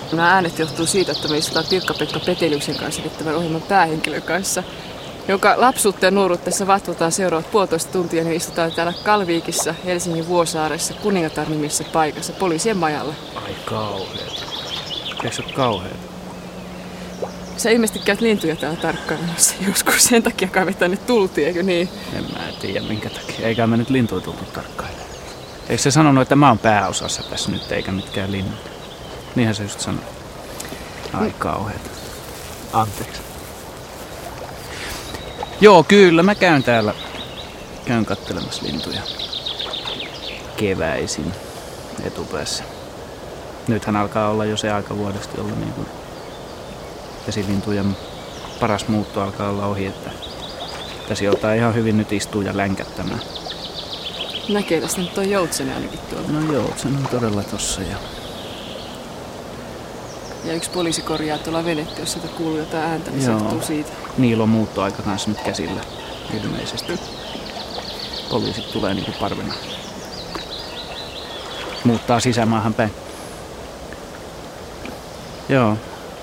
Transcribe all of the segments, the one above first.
Nämä äänet johtuu siitä, että me istutaan Pirkka-Pekka Peteliuksen kanssa tämän ohjelman päähenkilön kanssa, joka lapsuutta ja nuoruutta vatvotaan seuraavat 1,5 tuntia, niin istutaan täällä Kalviikissa, Helsingin Vuosaaressa, Kuningatar-nimisessä paikassa, poliisien majalla. Ai kauheeta. Eikö se ole kauheeta? Sä ilmeisesti käyt lintuja täällä tarkkailemassa joskus, sen takia kai me tänne tultiin, eikö niin? En mä tiedä minkä takia. Eikä me nyt lintuja tultu tarkkailemaan. Eikö se sanonut, että mä oon pääosassa tässä nyt, eikä mitkään linnut? Niinhän se just sanoi. Ai kauheeta. Anteeksi. Joo, kyllä mä käyn täällä. Käyn kattelemassa lintuja. Keväisin etupäässä. Nythän alkaa olla jo se aika vuodesta, jolloin niin kuin vesilintujen paras muutto alkaa olla ohi, että tässä joutaa ihan hyvin nyt istua ja länkättämään. Näkee tästä nyt toi joutsen ainakin tuolla. No joutsen on todella tossa. Ja yksi poliisi korjaa tuolla venettä, jos sieltä kuuluu jotain ääntä, niin se johtuu siitä. Niillä on muuttoaika kanssa nyt käsillä ilmeisesti. Poliisit tulee niinku parvena. Muuttaa sisämaahan päin. Joo.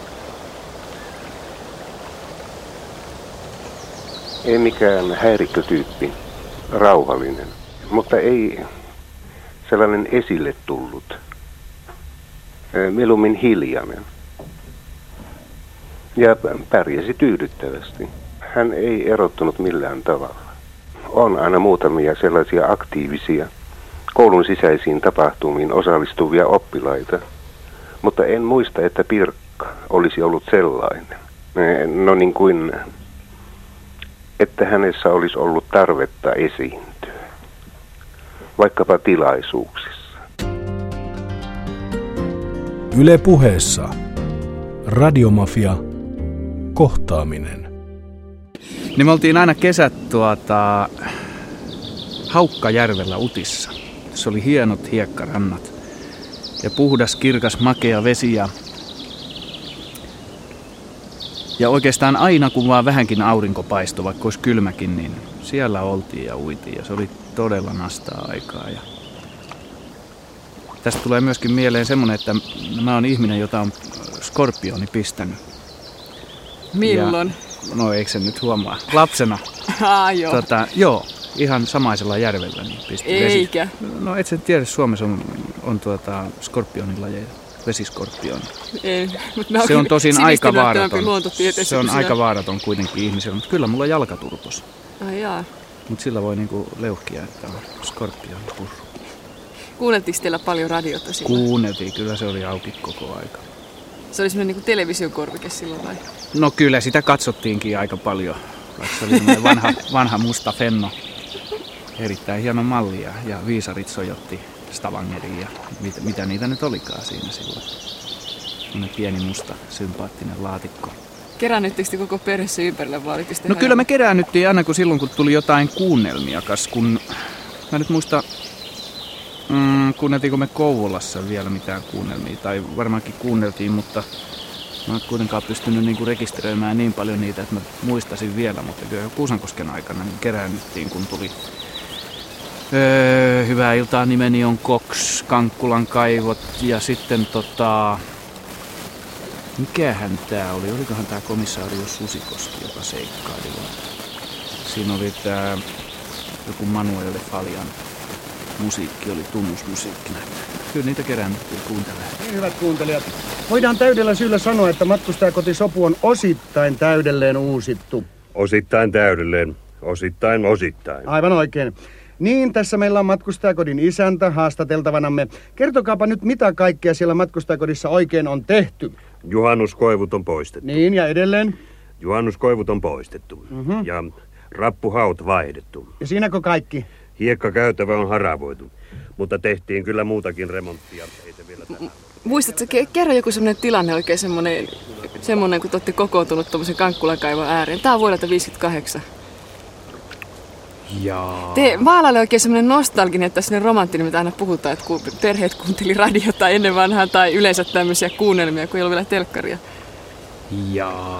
Ei mikään häirikkötyyppi, rauhallinen, mutta ei sellainen esille tullut. Mieluummin hiljainen. Ja pärjäsi tyydyttävästi. Hän ei erottunut millään tavalla. On aina muutamia sellaisia aktiivisia, koulun sisäisiin tapahtumiin osallistuvia oppilaita, mutta en muista, että Pirkka olisi ollut sellainen. No niin kuin, että hänessä olisi ollut tarvetta esiintyä, vaikkapa tilaisuuksissa. Yle Puheessa. Radiomafia. Kohtaaminen. Niin me oltiin aina kesät Haukkajärvellä Utissa. Se oli hienot hiekkarannat ja puhdas, kirkas, makea vesi ja oikeastaan aina kun vaan vähänkin aurinko paistoi, vaikka olisi kylmäkin, niin siellä oltiin ja uitiin ja se oli todella nastaa aikaa. Ja tästä tulee myöskin mieleen semmoinen, että mä oon ihminen, jota on skorpioni pistänyt. Milloin? No eikö se nyt huomaa? Lapsena. Joo. Joo, ihan samaisella järvellä niin pisti eikä. No et sen tiedä, Suomessa on skorpionilajeja, vesiskorpioni. Ei, se on tosin aika vaaraton. Se on aika vaaraton kuitenkin ihmisellä, mutta kyllä mulla jalka turpos. Ai jaa. Mutta sillä voi niinku leuhkia, että on skorpioni purru. Kuunneltiinko teillä paljon radiota silloin? Kuunneltiin, kyllä se oli auki koko aika. Se oli semmoinen niin television korvike silloin vai? No kyllä sitä katsottiinkin aika paljon. Vaikka se oli semmoinen vanha musta Fenno. Erittäin hieno malli ja viisarit sojotti Stavangeria ja mitä niitä nyt olikaan siinä silloin. Semmoinen pieni musta sympaattinen laatikko. Keräännyttekö te koko perheessä ympärillä vai oliko No kyllä me keräännyttiin aina silloin kun tuli jotain kuunnelmia, kun mä nyt muista kuunneltiinko me Kouvolassa vielä mitään kuunnelmia, tai varmaankin kuunneltiin, mutta mä en kuitenkaan pystynyt niinku rekisteröimään niin paljon niitä, että mä muistasin vielä, mutta kyllä Kuusankosken aikana niin keräännyttiin, kun tuli Hyvää iltaa, nimeni on Cox, Kankkulan kaivot ja sitten mikähän tää oli, olikohan tää komissaario Susikoski, joka seikkaili. Siinä oli tää joku Manuel Faljan musiikki, oli tunnusmusiikkina. Kyllä niitä keräännyttiin kuuntelemaan. Niin, hyvät kuuntelijat, voidaan täydellä syyllä sanoa, että matkustajakotisopu on osittain täydelleen uusittu. Osittain täydelleen, osittain. Aivan oikein. Niin, tässä meillä on matkustajakodin isäntä haastateltavanamme. Kertokaapa nyt, mitä kaikkea siellä matkustajakodissa oikein on tehty. Juhannuskoivut on poistettu. Niin, ja edelleen? Juhannuskoivut on poistettu. Ja rappuhaut vaihdettu. Ja siinäkö kaikki? Hiekkakäytävä on haravoitu. Mutta tehtiin kyllä muutakin remonttia. Ei se vielä tähän. Muistatko, kerro joku semmoinen tilanne oikein semmoinen, kun te olette kokoontunut tuommoisen Kankkulan kaivon ääreen. Tää on vuodelta 58. Jaa. Te maalalle oikein semmoinen nostalginen, että semmoinen romanttinen, mitä aina puhutaan, että kun perheet kuunteli radiota ennen vanhaa tai yleensä tämmöisiä kuunnelmia, kun ei ollut vielä telkkaria. Jaa,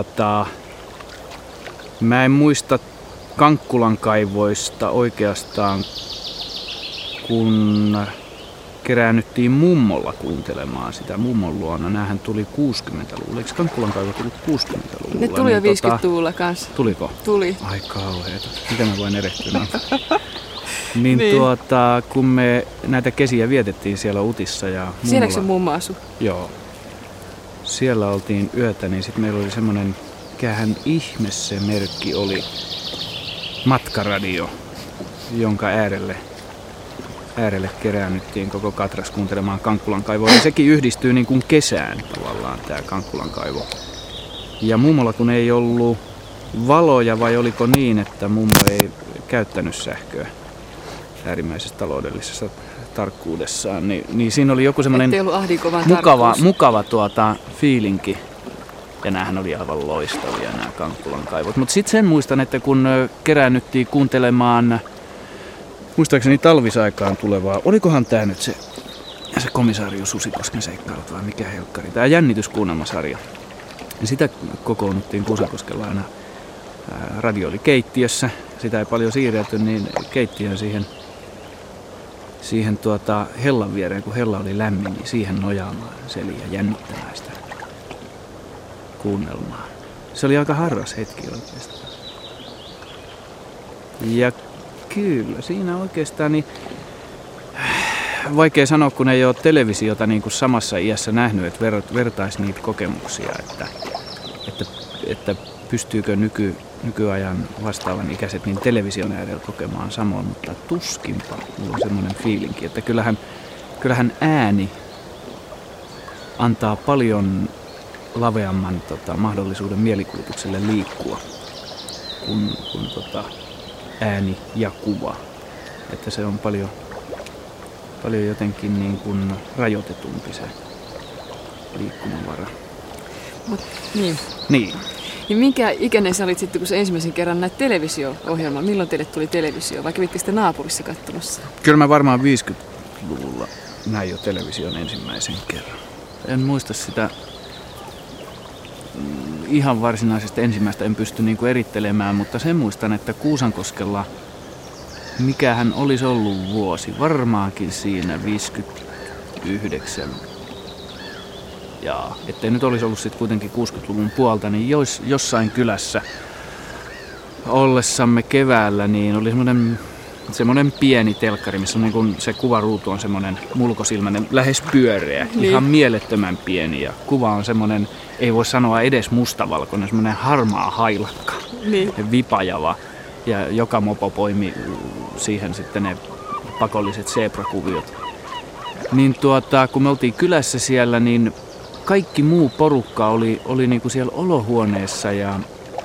mä en muista Kankkulan kaivoista oikeastaan, kun keräännyttiin mummolla kuuntelemaan sitä mummon luona. Näähän tuli 60-luvulla. Eikö Kankkulan kaivo tullut 60-luvulla? Ne tuli jo 50-luvulla kanssa. Tuliko? Tuli. Ai kauheeta. Miten mä voin erehtyä? Niin. Kun me näitä kesiä vietettiin siellä Utissa ja mummolla... Sielläkö se mummo asui? Joo. Siellä oltiin yötä, niin sitten meillä oli semmoinen, mikähän ihme se merkki oli, matkaradio, jonka äärelle keräännyttiin koko katras kuuntelemaan Kankkulan kaivoa. Ja sekin yhdistyy niin kuin kesään tavallaan, tämä Kankkulan kaivo. Ja mummolla kun ei ollut valoja, vai oliko niin, että mummo ei käyttänyt sähköä äärimmäisessä taloudellisessa tarkkuudessaan, niin siinä oli joku semmoinen mukava fiilinki. Ja näähän oli aivan loistavia nämä Kankkulan kaivot. Mutta sitten sen muistan, että kun keräännyttiin kuuntelemaan, muistaakseni talvisaikaan tulevaa, olikohan tämä nyt se komisario Susikosken seikkailut vai mikä helkkari, tämä jännityskuunnelmasarja. Ja sitä kokoonnuttiin Kuusankoskella aina. Radio oli keittiössä, sitä ei paljon siirretty, niin keittiön siihen hellan viereen, kun hella oli lämmin, niin siihen nojaamaan seliä jännittämään sitä kuunnelmaa. Se oli aika harras hetki oikeastaan. Ja kyllä, siinä oikeastaan niin vaikea sanoa, kun ei ole televisiota niin kuin samassa iässä nähnyt, että vertaisi niitä kokemuksia, että pystyykö nykyajan vastaavan ikäiset niin television äärellä kokemaan samoin, mutta tuskinpa. Mulla on semmoinen fiilinki, että kyllähän ääni antaa paljon laveamman mahdollisuuden mielikuvitukselle liikkua kuin ääni ja kuva. Että se on paljon jotenkin niin kuin rajoitetumpi se liikkumavara. Niin. Niin minkä ikäinen sä olit sitten, kun sä ensimmäisen kerran näit televisio-ohjelmaa? Milloin teille tuli televisio? Vai kävitte sitten naapurissa katsomassa? Kyllä mä varmaan 50-luvulla näin jo television ensimmäisen kerran. En muista sitä ihan varsinaisesti ensimmäistä, en pysty niinku erittelemään, mutta sen muistan, että Kuusankoskella, mikähän olisi ollut vuosi, varmaankin siinä 59. Ja ettei nyt olisi ollut sitten kuitenkin 60-luvun puolta, niin jossain kylässä ollessamme keväällä, niin oli semmoinen pieni telkkari, missä on niin kun se kuvaruutu on semmoinen mulkosilmäinen, lähes pyöreä, ihan mielettömän pieni. Ja kuva on semmoinen, ei voi sanoa edes mustavalkoinen, semmoinen harmaa hailakka, vipajava. Ja joka mopo poimi siihen sitten ne pakolliset zebrakuviot. Niin kun me oltiin kylässä siellä, niin kaikki muu porukka oli niinku siellä olohuoneessa ja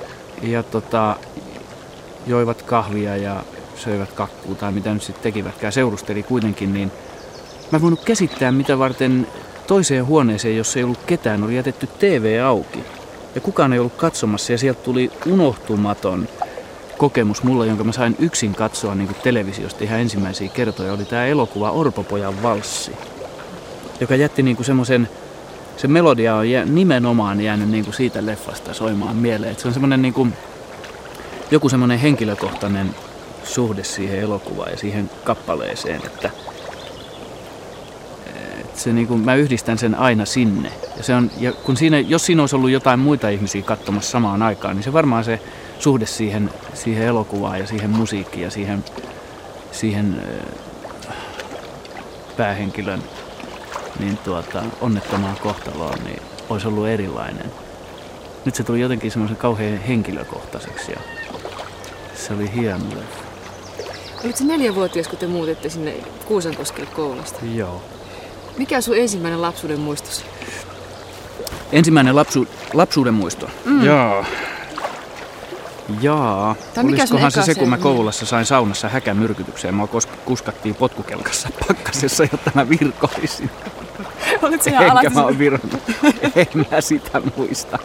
joivat kahvia ja söivät kakkua tai mitä nyt sitten tekivätkään, seurusteli kuitenkin, niin mä en voinut käsittää, mitä varten toiseen huoneeseen, jossa ei ollut ketään, oli jätetty TV auki. Ja kukaan ei ollut katsomassa ja sieltä tuli unohtumaton kokemus mulla, jonka mä sain yksin katsoa niin kuin televisiosta ihan ensimmäisiä kertoja, oli tää elokuva Orpopojan valssi, joka jätti niin kuin semmoisen, se melodia on nimenomaan jäänyt niin kuin siitä leffasta soimaan mieleen. Et se on semmoinen niin kuin joku semmoinen henkilökohtainen suhde siihen elokuvaan ja siihen kappaleeseen, että se niin kuin, mä yhdistän sen aina sinne. Ja kun jos siinä olisi ollut jotain muita ihmisiä katsomassa samaan aikaan, niin se varmaan se suhde siihen elokuvaan ja siihen musiikkiin ja siihen päähenkilön niin onnettomaan kohtaloon, niin olisi ollut erilainen. Nyt se tuli jotenkin semmoisen kauhean henkilökohtaiseksi ja se oli hieno leffa. Olitko 4-vuotias, kun te muutitte sinne Kuusankoskelle koulusta? Joo. Mikä on sun ensimmäinen lapsuuden muistos? Ensimmäinen lapsuuden muisto? Jaa. Olisikohan se kun mä Kouvolassa sain saunassa häkämyrkytykseen. Mua kuskattiin potkukelkassa pakkasessa, jotta mä virkoisin. Olit sinä enkä mä oon vironnut. En mä sitä muista.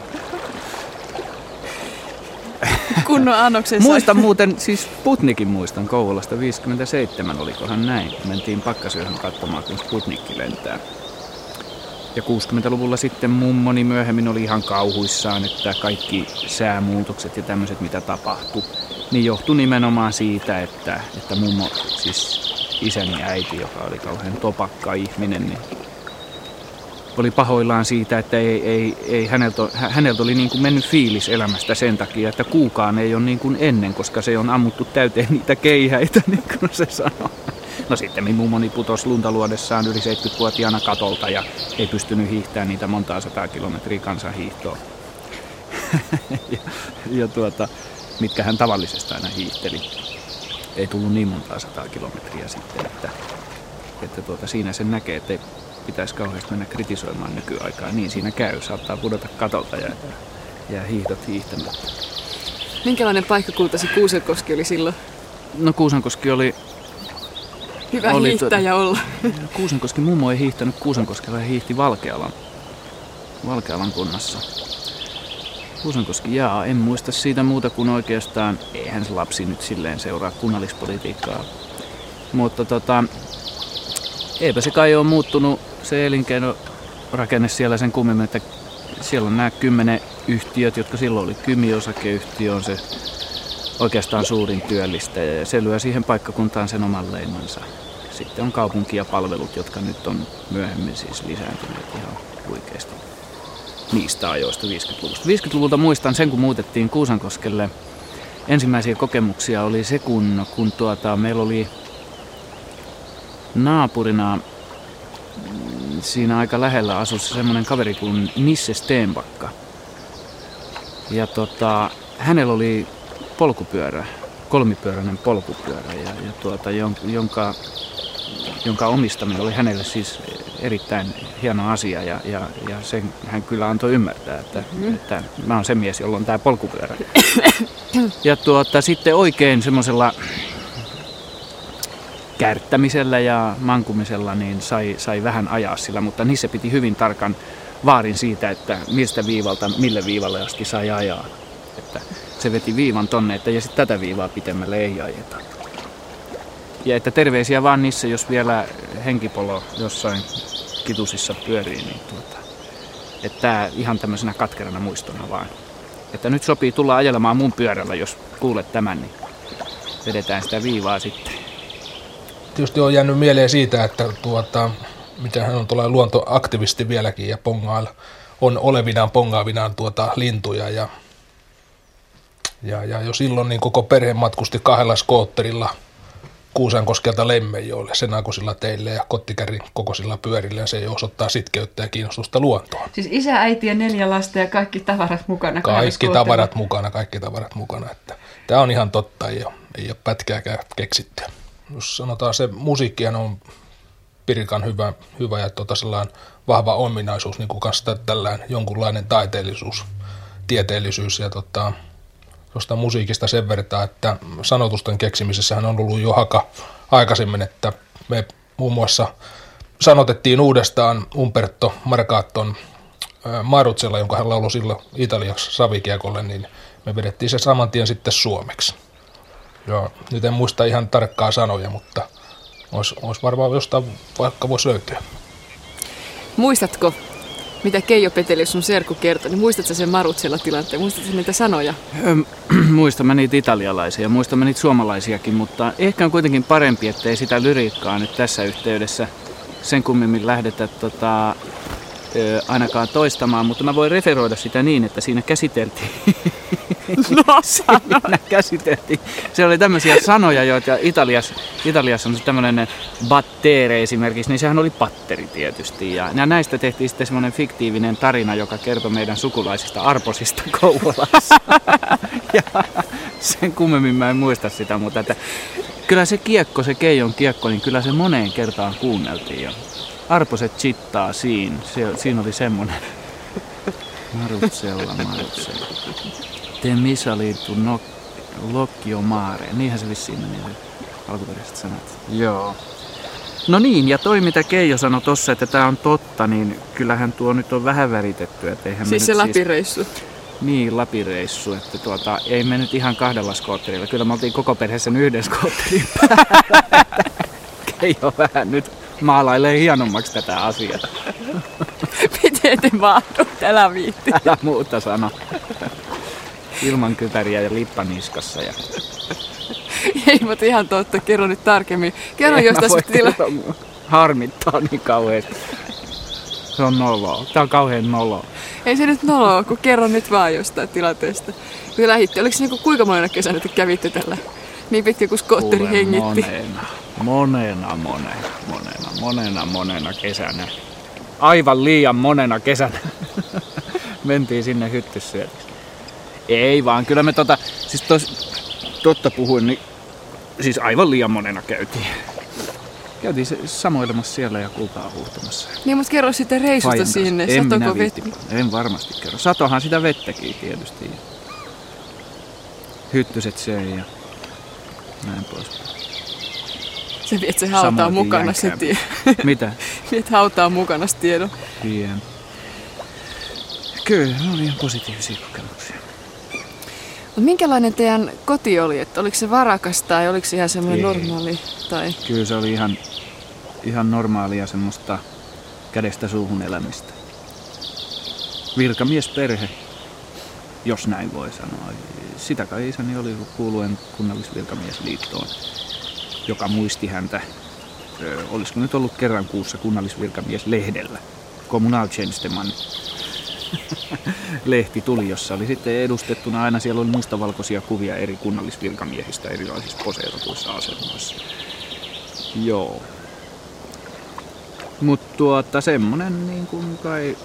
Kunnon annoksen Muistan muuten, siis Sputnikin muistan Kouvolasta 57, olikohan näin. Mentiin Pakkasyöhön katsomaan, kun Sputnikki lentää. Ja 60-luvulla sitten mummoni myöhemmin oli ihan kauhuissaan, että kaikki säämuutokset ja tämmöiset, mitä tapahtui, niin johtui nimenomaan siitä, että mummo siis isäni äiti, joka oli kauhean topakka ihminen, niin oli pahoillaan siitä, että ei häneltä oli niin kuin mennyt fiilis elämästä sen takia, että kuukaan ei ole niin kuin ennen, koska se on ammuttu täyteen niitä keihäitä, niin kuin se sanoo. No sitten mummoni putosi luntaluodessaan yli 70-vuotiaana katolta ja ei pystynyt hiihtämään niitä montaa 100 kilometriä kansanhiihtoa. Mitkä hän tavallisesti aina hiihteli. Ei tullut niin montaa 100 kilometriä sitten, että siinä sen näkee, että ei pitäisi kauheasti mennä kritisoimaan nykyaikaa. Niin siinä käy, saattaa pudota katolta ja jää hiihdot hiihtämättä. Minkälainen paikkakunta se Kuusankoski oli silloin? No Kuusankoski oli hyvä hiihtäjä olla. Kuusankoski mummo ei hiihtänyt Kuusankoskella, hän hiihti Valkealan kunnassa. Kuusankoski, en muista siitä muuta kuin oikeastaan, eihän se lapsi nyt silleen seuraa kunnallispolitiikkaa. Mutta eipä se kai ole muuttunut se elinkeinorakenne siellä sen kummemmin, että siellä on nämä 10 yhtiöt, jotka silloin oli Kymi-osakeyhtiö, on se oikeastaan suurin työllistäjä ja se lyö siihen paikkakuntaan sen oman leimansa. Sitten on kaupunki ja palvelut, jotka nyt on myöhemmin siis lisääntyneet ihan huikeasti niistä ajoista 50-luvusta. 50-luvulta muistan sen, kun muutettiin Kuusankoskelle. Ensimmäisiä kokemuksia oli se, kun meillä oli naapurina siinä aika lähellä asussa semmoinen kaveri kuin Nisse Stenbacka. Ja hänellä oli polkupyörä, kolmipyöräinen polkupyörä, jonka omistaminen oli hänelle siis erittäin hieno asia ja sen hän kyllä antoi ymmärtää, että mä oon se mies, jolla on tää polkupyörä. Ja sitten oikein semmoisella kärttämisellä ja mankumisella niin sai vähän ajaa sillä, mutta niissä piti hyvin tarkan vaarin siitä, että mistä viivalta mille viivalle asti sai ajaa. Että se veti viivan tonne, ja sitten tätä viivaa pitemmälle ei ajeta. Ja että terveisiä vaan niissä, jos vielä henkipolo jossain kitusissa pyörii, niin että tää ihan tämmöisenä katkerana muistona vaan. Että nyt sopii tulla ajelemaan mun pyörällä, jos kuulet tämän, niin vedetään sitä viivaa sitten. Tietysti on jäänyt mieleen siitä, että mitä hän on tuolla luontoaktivisti vieläkin ja on pongaavinaan lintuja ja jo silloin niin koko perhe matkusti 2 skootterilla Kuusankoskelta Lemmenjoelle sen aikuisilla teille ja kottikärrin kokoisilla pyörillä ja se osoittaa sitkeyttä ja kiinnostusta luontoon. Siis isä, äiti ja 4 lasta ja kaikki tavarat mukana. Kaikki tavarat mukana. Että tämä on ihan totta, ei ole pätkääkään keksitty. Jos sanotaan se musiikkihan on Pirikan hyvä ja sellainen vahva ominaisuus, niin kuin kanssa tällainen jonkunlainen taiteellisuus, tieteellisyys ja tuosta musiikista sen verran, että sanotusten keksimisessähän on ollut jo aikaisemmin, että me muun muassa sanotettiin uudestaan Umberto Margaton Maruzzella, jonka hän lauloi silloin Italiaksi savikiekolle, niin me vedettiin se saman tien sitten suomeksi. Ja nyt en muista ihan tarkkaa sanoja, mutta olisi varmaan jostain vaikka voisi löytyä. Muistatko, mitä Keijo Petelius sun serkku kertoi, niin muistatko sen Maruzzella tilanteen? Muistatko niitä sanoja? Muistan mä niitä italialaisia, muistan mä niitä suomalaisiakin, mutta ehkä on kuitenkin parempi, ettei sitä lyriikkaa nyt tässä yhteydessä sen kummemmin lähdetä ainakaan toistamaan, mutta mä voin referoida sitä niin, että siinä käsiteltiin. Se oli tämmöisiä sanoja, joita Italiassa on tämmöinen battere esimerkiksi, niin sehän oli patteri tietysti. Ja näistä tehtiin sitten semmoinen fiktiivinen tarina, joka kertoi meidän sukulaisista arposista Kouvolassa. Ja sen kummemmin mä en muista sitä, mutta että kyllä se kiekko, se Keijon kiekko, niin kyllä se moneen kertaan kuunneltiin. Ja arposet chittaa siinä oli semmoinen. Maruzzella. Te misalitu Locchio Mare. Niinhän se vissiin meni alkuperäiset sanat. Joo. No niin, ja toi mitä Keijo sanoi tossa, että tää on totta, niin kyllähän tuo nyt on vähän väritetty. Siis se Lapin-reissu. Niin, Lapin-reissu. Että ei me nyt ihan 2 skootterilla. Kyllä me oltiin koko perhe sen 1 skootterin päällä. Keijo vähän nyt maalailee hienommaksi tätä asiaa. Miten te mahdut? Älä viitti. Älä muuta sano. Ilman kypäriä ja lippaniskassa. Ei, mutta ihan totta. Kerro nyt tarkemmin. Kerro jostain harmittaa niin kauheasti. Se on noloa. Tää on kauhean noloa. Ei se nyt noloa, kun kerro nyt vaan jostain tilanteesta. Kun lähitte, oliko se kuinka monena kesänä te kävitte tällä? Niin pitkä kuin skootteri hengitti. Monena kesänä. Aivan liian monena kesänä. Mentiin sinne hyttyssyötiksi. Ei vaan, kyllä me totta puhuin, niin siis aivan liian monena käytiin. Käytiin samoilemassa siellä ja kultaa huuhtamassa. Niin, mutta kerro sitten reisusta sinne. Satoko vettä? En varmasti kerro. Satohan sitä vettäkin tietysti. Hyttyset söi ja näin pois. Se viet se hautaa mukana se tie. Mitä? Viet hautaa mukana se tiedon. Tien. Kyllä, ne oli ihan positiivisia kokemuksia. Minkälainen teidän koti oli? Että oliko se varakas tai oliko se ihan semmoinen normaali? Tai... Kyllä se oli ihan normaalia semmoista kädestä suuhun elämistä. Virkamiesperhe, jos näin voi sanoa. Sitä kai isäni oli kuuluen kunnallisvirkamiesliittoon, joka muisti häntä. Olisiko nyt ollut kerran kuussa kunnallisvirkamieslehdellä. Kommunaltjänsteman lehti tuli, jossa oli sitten edustettuna aina, siellä oli mustavalkoisia kuvia eri kunnallisvirkamiehistä erilaisissa poseeratuissa asennoissa. Joo. Mutta semmonen niin kuin kai,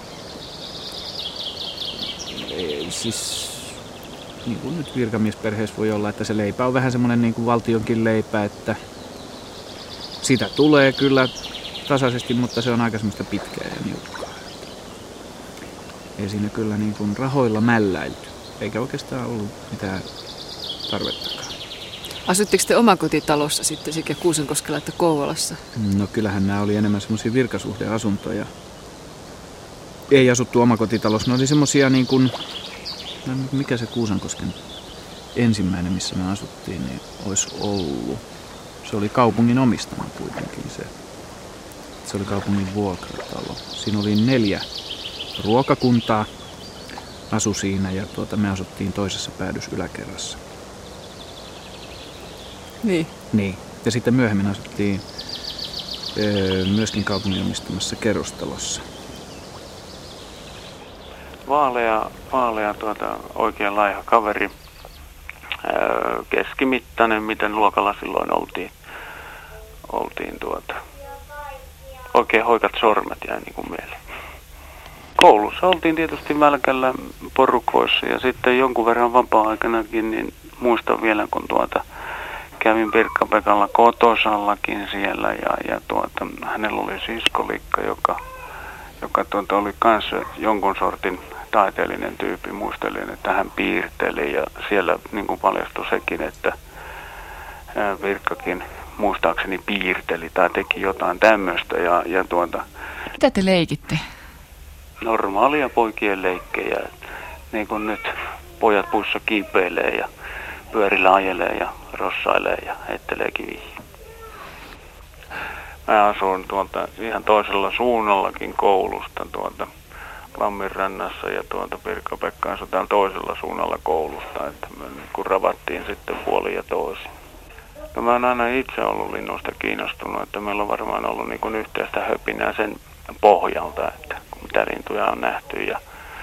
siis niin kuin nyt virkamiesperheessä voi olla, että se leipä on vähän semmonen niin kuin valtionkin leipä, että sitä tulee kyllä tasaisesti, mutta se on aika semmoista pitkää ja niukkaa. Ei siinä kyllä niin kuin rahoilla mälläilty, eikä oikeastaan ollut mitään tarvettakaan. Asuitteko te omakotitalossa sitten sekä Kuusankoskella että Kouvolassa? No kyllähän nämä oli enemmän semmoisia virkasuhdeasuntoja. Ei asuttu omakotitalossa, ne oli semmosia niin kuin, mikä se Kuusankosken ensimmäinen, missä me asuttiin, niin olisi ollut. Se oli kaupungin omistama kuitenkin se. Se oli kaupungin vuokratalo. Siinä oli 4 ruokakuntaa asu siinä ja me asuttiin toisessa päädys yläkerrassa. Niin. Ja sitten myöhemmin asuttiin myöskin kaupungin omistamassa kerrostalossa. Vaalea oikein laiha kaveri. Keskimittainen, miten luokalla silloin oltiin oikein hoikat sormet jäi niin kuin mieleen. Koulussa oltiin tietysti välkällä porukoissa ja sitten jonkun verran vapaa-aikanakin, niin muistan vielä, kun kävin Pirkka-Pekalla kotosallakin siellä ja hänellä oli siskolikka, joka oli kanssa jonkun sortin taiteellinen tyyppi. Muistelin, että hän piirteli ja siellä niin kuin paljastui sekin, että Virkkakin muistaakseni piirteli tai teki jotain tämmöistä. Mitä te leikitte? Normaalia poikien leikkejä, niin kuin nyt pojat puissa kiipeilee ja pyörillä ajelee ja rossailee ja heittelee kiviä. Mä asun ihan toisella suunnallakin koulusta Lamminrannassa ja Pirkka-Pekka asui täällä toisella suunnalla koulusta, että me niin ravattiin sitten puolin ja toisin. No, mä oon aina itse ollut linnuista kiinnostunut, että meillä on varmaan ollut niin kuin yhteistä höpinää sen pohjalta, että mitä lintuja on nähty ja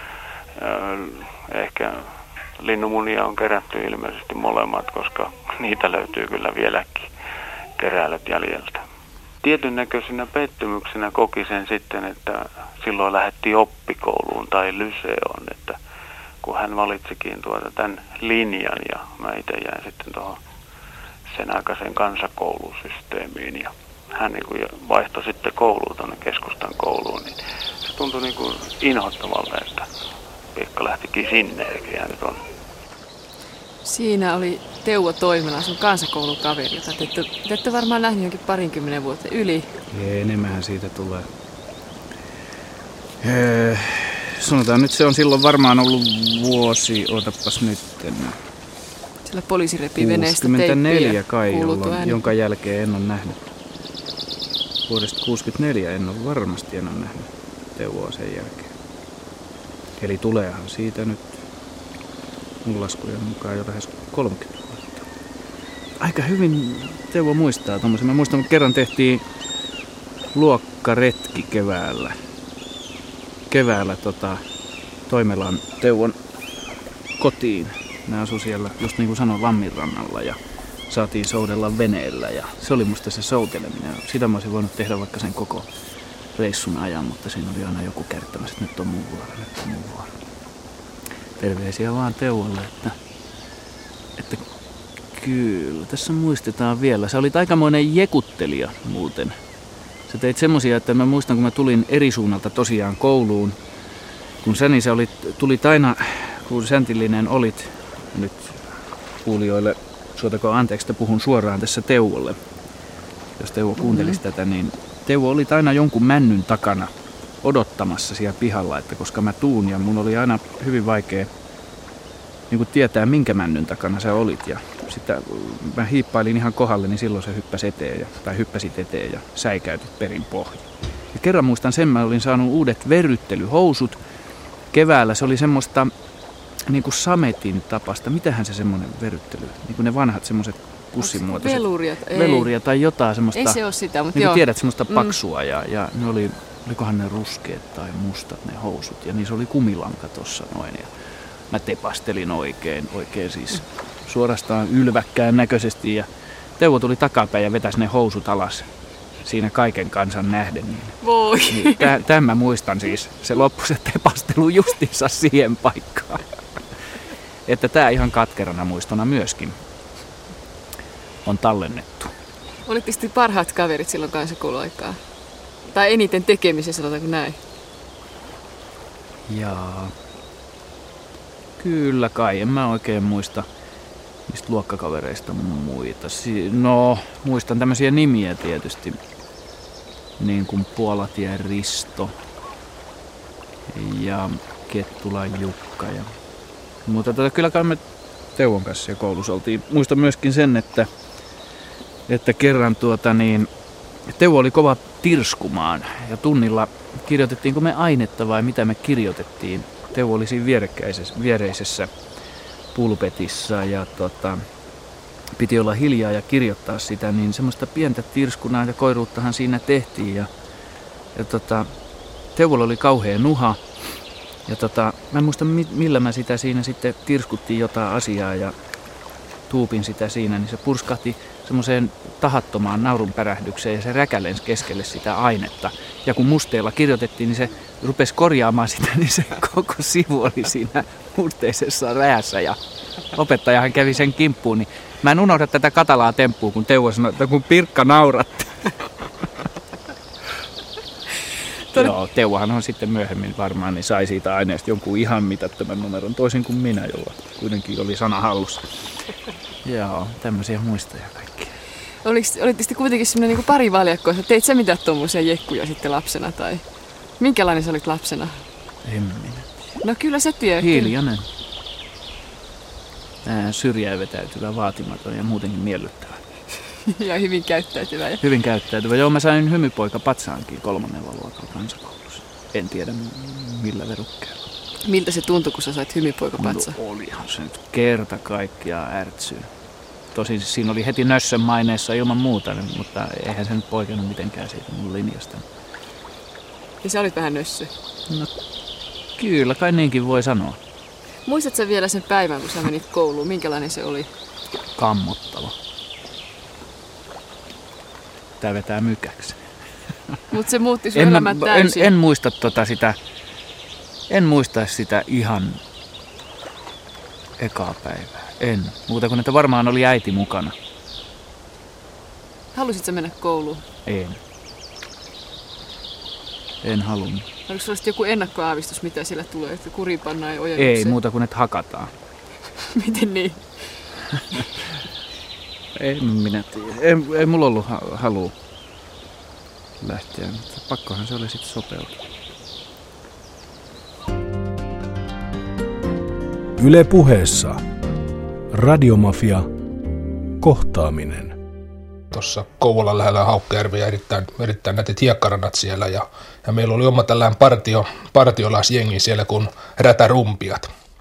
ehkä linnunmunia on kerätty ilmeisesti molemmat, koska niitä löytyy kyllä vieläkin keräilyt jäljeltä. Tietyn näköisenä pettymyksenä koki sen sitten, että silloin lähdettiin oppikouluun tai lyseoon, että kun hän valitsikin tämän linjan ja mä itse jäin sitten tuohon sen aikaisen kansakoulusysteemiin ja hän niin kuin vaihtoi sitten kouluun tuonne keskustan kouluun, niin se tuntui niin kuin inhottavalle, että Pekka lähtikin sinne eikä jäänyt on. Siinä oli Teuvo Toimela, sun kansakoulukaveri, jota te ette varmaan nähnyt jonkin 20 vuotta yli. Enemmän siitä tulee. Sanotaan nyt, se on silloin varmaan ollut vuosi, otapas nyt. Sillä poliisi repii veneestä 64 kai, jonka jälkeen en ole nähnyt. Vuodesta 64 en ole varmasti en ole nähnyt Teuvoa sen jälkeen. Eli tuleehan siitä nyt mun laskujen mukaan jo lähes 30 vuotta. aika hyvin Teuvo muistaa tommosen. Mä muistan, kun kerran tehtiin luokkaretki keväällä Toimelan Teuvon kotiin. Ne asui siellä, just niin kuin sanoin, Lamminrannalla ja saatiin soudella veneellä ja se oli musta se souteleminen. Sitä mä olisin voinut tehdä vaikka sen koko reissun ajan, mutta siinä oli aina joku kertomassa, että nyt on mun vuoro. Terveisiä vaan Teuvolle, että kyllä, tässä muistetaan vielä. Sä olit aikamoinen jekuttelija muuten. Sä teit semmosia, että mä muistan, kun mä tulin eri suunnalta tosiaan kouluun. Kun sä, niin sä tulit aina, kun säntillinen olit, nyt kuulijoille, suotako anteeksi, että puhun suoraan tässä Teuvolle. Jos Teuvo kuuntelisi tätä, niin Teuvo oli aina jonkun männyn takana odottamassa siellä pihalla, että koska mä tuun ja mun oli aina hyvin vaikea niin kuin tietää, minkä männyn takana sä olit. Ja sitten mä hiippailin ihan kohdalle, niin silloin se hyppäsit eteen ja säikäytit perin pohjaan. Ja kerran muistan sen, mä olin saanut uudet verryttelyhousut keväällä. Se oli semmoista niin kuin sametin tapasta. Mitähän se semmoinen verryttely? Niin kuin ne vanhat semmoiset pussimuotoiset. Veluuria tai jotain semmoista. Ei se ole sitä, mutta niin joo. Tiedät, semmoista paksua ja ne olikohan ne ruskeat tai mustat ne housut. Ja niissä oli kumilanka tossa noin. Ja mä tepastelin oikein siis suorastaan ylväkkään näköisesti. Ja Teuvo tuli takapäin ja vetäisi ne housut alas siinä kaiken kansan nähden. Voi. Niin, tämän mä muistan siis. Se loppui se tepastelu justiinsa siihen paikkaan. Että tää ihan katkerana muistona myöskin on tallennettu. Olit tietysti parhaat kaverit silloin kansakouluaikaa. Tai eniten tekemisessä, sanotaanko näin? Jaa. Kyllä kai, en mä oikein muista niistä luokkakavereista muita. No, muistan tämmöisiä nimiä tietysti. Niin kuin Puolatien Risto ja Kettulan Jukka. Mutta kyllä kai me Teuvon kanssa ja koulussa oltiin. Muistan myöskin sen, että kerran Teuvo oli kova tirskumaan ja tunnilla kirjoitettiinko me ainetta vai mitä me kirjoitettiin. Teuvo oli siinä viereisessä pulpetissa ja piti olla hiljaa ja kirjoittaa sitä, niin semmoista pientä tirskunaa ja koiruuttahan siinä tehtiin ja Teuvolla oli kauhea nuha ja mä en muista millä mä sitä siinä sitten tirskuttiin jotain asiaa ja tuupin sitä siinä, niin se purskahti semmoiseen tahattomaan naurunpärähdykseen ja se räkälensi keskelle sitä ainetta. Ja kun musteella kirjoitettiin, niin se rupesi korjaamaan sitä, niin se koko sivu oli siinä musteisessa räässä ja opettajahan kävi sen kimppuun. Niin mä en unohda tätä katalaa temppua, kun Teuvo sanoi, että kun Pirkka nauratti. Joo, Teuvohan on sitten myöhemmin varmaan, niin sai siitä aineesta jonkun ihan mitättömän numeron, toisin kuin minä, jolla kuitenkin oli sana hallussa. Joo, tämmöisiä muistoja kaikkia. Olit tietysti kuitenkin semmoinen niin parivaljakko, että teit sä mitään tommosia jekkuja sitten lapsena, tai minkälainen sä olit lapsena? En minä. No kyllä sä tiedät. Hiljainen. Syrjään vetäytyvä, vaatimaton ja muutenkin miellyttävä. Ja hyvin käyttäytyvä. Hyvin käyttäytyvä. Joo, mä sain hymypoika patsaankin 3. luokan kansakoulussa. En tiedä millä verukkeella. Miltä se tuntui, kun sä sait hymypoika patsaan? No olihan se nyt kerta kaikkiaan ärtsyy. Tosin siinä oli heti nössön maineessa ilman muuta, mutta eihän se nyt poikennut mitenkään siitä mun linjasta. Ja sä olit vähän nössö? No kyllä, kai niinkin voi sanoa. Muistatko sä vielä sen päivän, kun sä menit kouluun? Minkälainen se oli? Kammottava. Tää vetää mykäksi. Mutta se muutti sun elämän täysin. En muista sitä. En muista sitä ihan ekaa päivää. En. Muuta kuin että varmaan oli äiti mukana. Halusit sä mennä kouluun? En halunnut. Oliko sulla joku ennakkoaavistus, mitä siellä tulee, että kuripannaan ja ojennukseen? Ei, muuta kuin että hakataan. Miten niin? En minä tiedä. Ei mulla ollut halua lähteä, mutta pakkohan se oli sitten sopeutua. Yle Puheessa. Radiomafia. Kohtaaminen. Tuossa Kouvolan lähellä Haukkajärvi ja erittäin nätit hiekkaranat siellä ja meillä oli oma tällainen partiolaisjengi siellä kuin Rätärumpiat.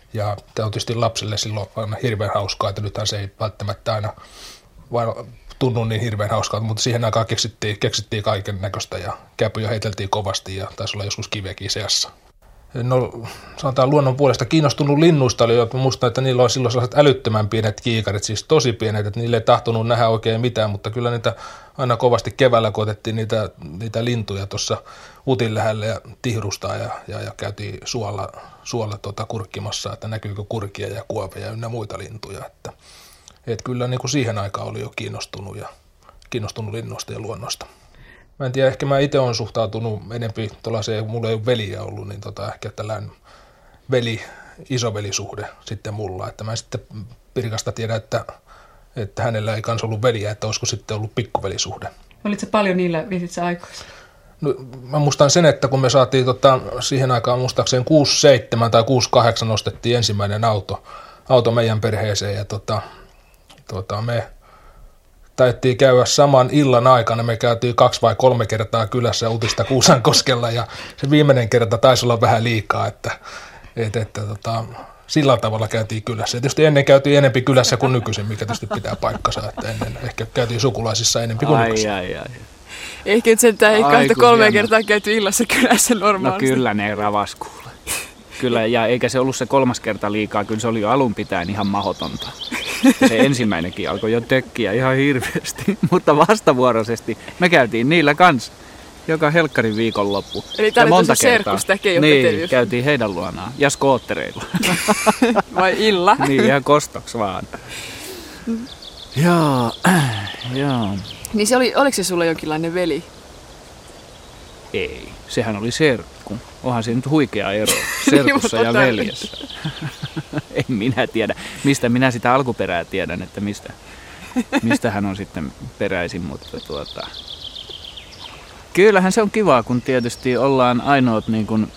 Ja tämä on tietysti lapselle silloin aina hirveän hauskaa, että nythän se ei välttämättä aina vain tunnu niin hirveän hauskaa, mutta siihen aikaan keksittiin kaiken näköistä ja käpyjä heiteltiin kovasti ja taisi olla joskus kiveäkin seassa. No, sanotaan luonnon puolesta kiinnostunut linnuista oli jo, muistan, että niillä oli silloin sellaiset älyttömän pienet kiikarit, siis tosi pienet, että niille ei tahtonut nähdä oikein mitään, mutta kyllä niitä aina kovasti keväällä koetettiin niitä lintuja tuossa utin lähellä ja tihrustaa ja käytiin suolla kurkkimassa, että näkyykö kurkia ja kuoveja ynnä muita lintuja, että kyllä niin kuin siihen aikaan oli jo kiinnostunut linnuista ja luonnosta. Mä en tiedä, ehkä mä itse olen suhtautunut enempi tuollaiseen, mulla ei ole veliä ollut, niin ehkä tällainen isovelisuhde sitten mulla. Että mä en sitten Pirkasta tiedä, että hänellä ei kans ollut veliä, että olisiko sitten ollut pikkuvelisuhde. Olitko paljon niillä viitit aikoissa? No, mä muistan sen, että kun me saatiin siihen aikaan muistaakseen 6-7 tai 6-8 ostettiin ensimmäinen auto meidän perheeseen ja me taidettiin käydä saman illan aikana. Me käytiin 2 vai 3 kertaa kylässä Utista Kuusankoskella ja se viimeinen kerta taisi olla vähän liikaa, että sillä tavalla käytiin kylässä. Ja tietysti ennen käytiin enempi kylässä kuin nykyisin, mikä tietysti pitää paikkansa, että ennen ehkä käytiin sukulaisissa enempi kuin nykyisin. Ehkä sentään ei 2-3 kertaa käyty illassa kylässä normaalisti. No kyllä ne ravas kuule. Kyllä, ja eikä se ollut se 3. kerta liikaa, kyllä se oli jo alun pitäen ihan mahdotonta. Se ensimmäinenkin alkoi jo tökkiä ihan hirveästi, mutta vastavuoroisesti me käytiin niillä kanssa joka helkkarin viikonloppu. Eli tämä oli tosi serkkus, tämä keijopetelius. Niin, käytiin heidän luonaan ja skoottereilla. Vai illa? Niin, ihan kostoks vaan. Joo. Niin oliko se sulla jonkinlainen veli? Ei, sehän oli serkku. Onhan se nyt huikea ero serkussa ja veljessä. En minä tiedä. Mistä minä sitä alkuperää tiedän, että mistä hän on sitten peräisin, mutta kyllähän se on kivaa, kun tietysti ollaan ainoat niin kuin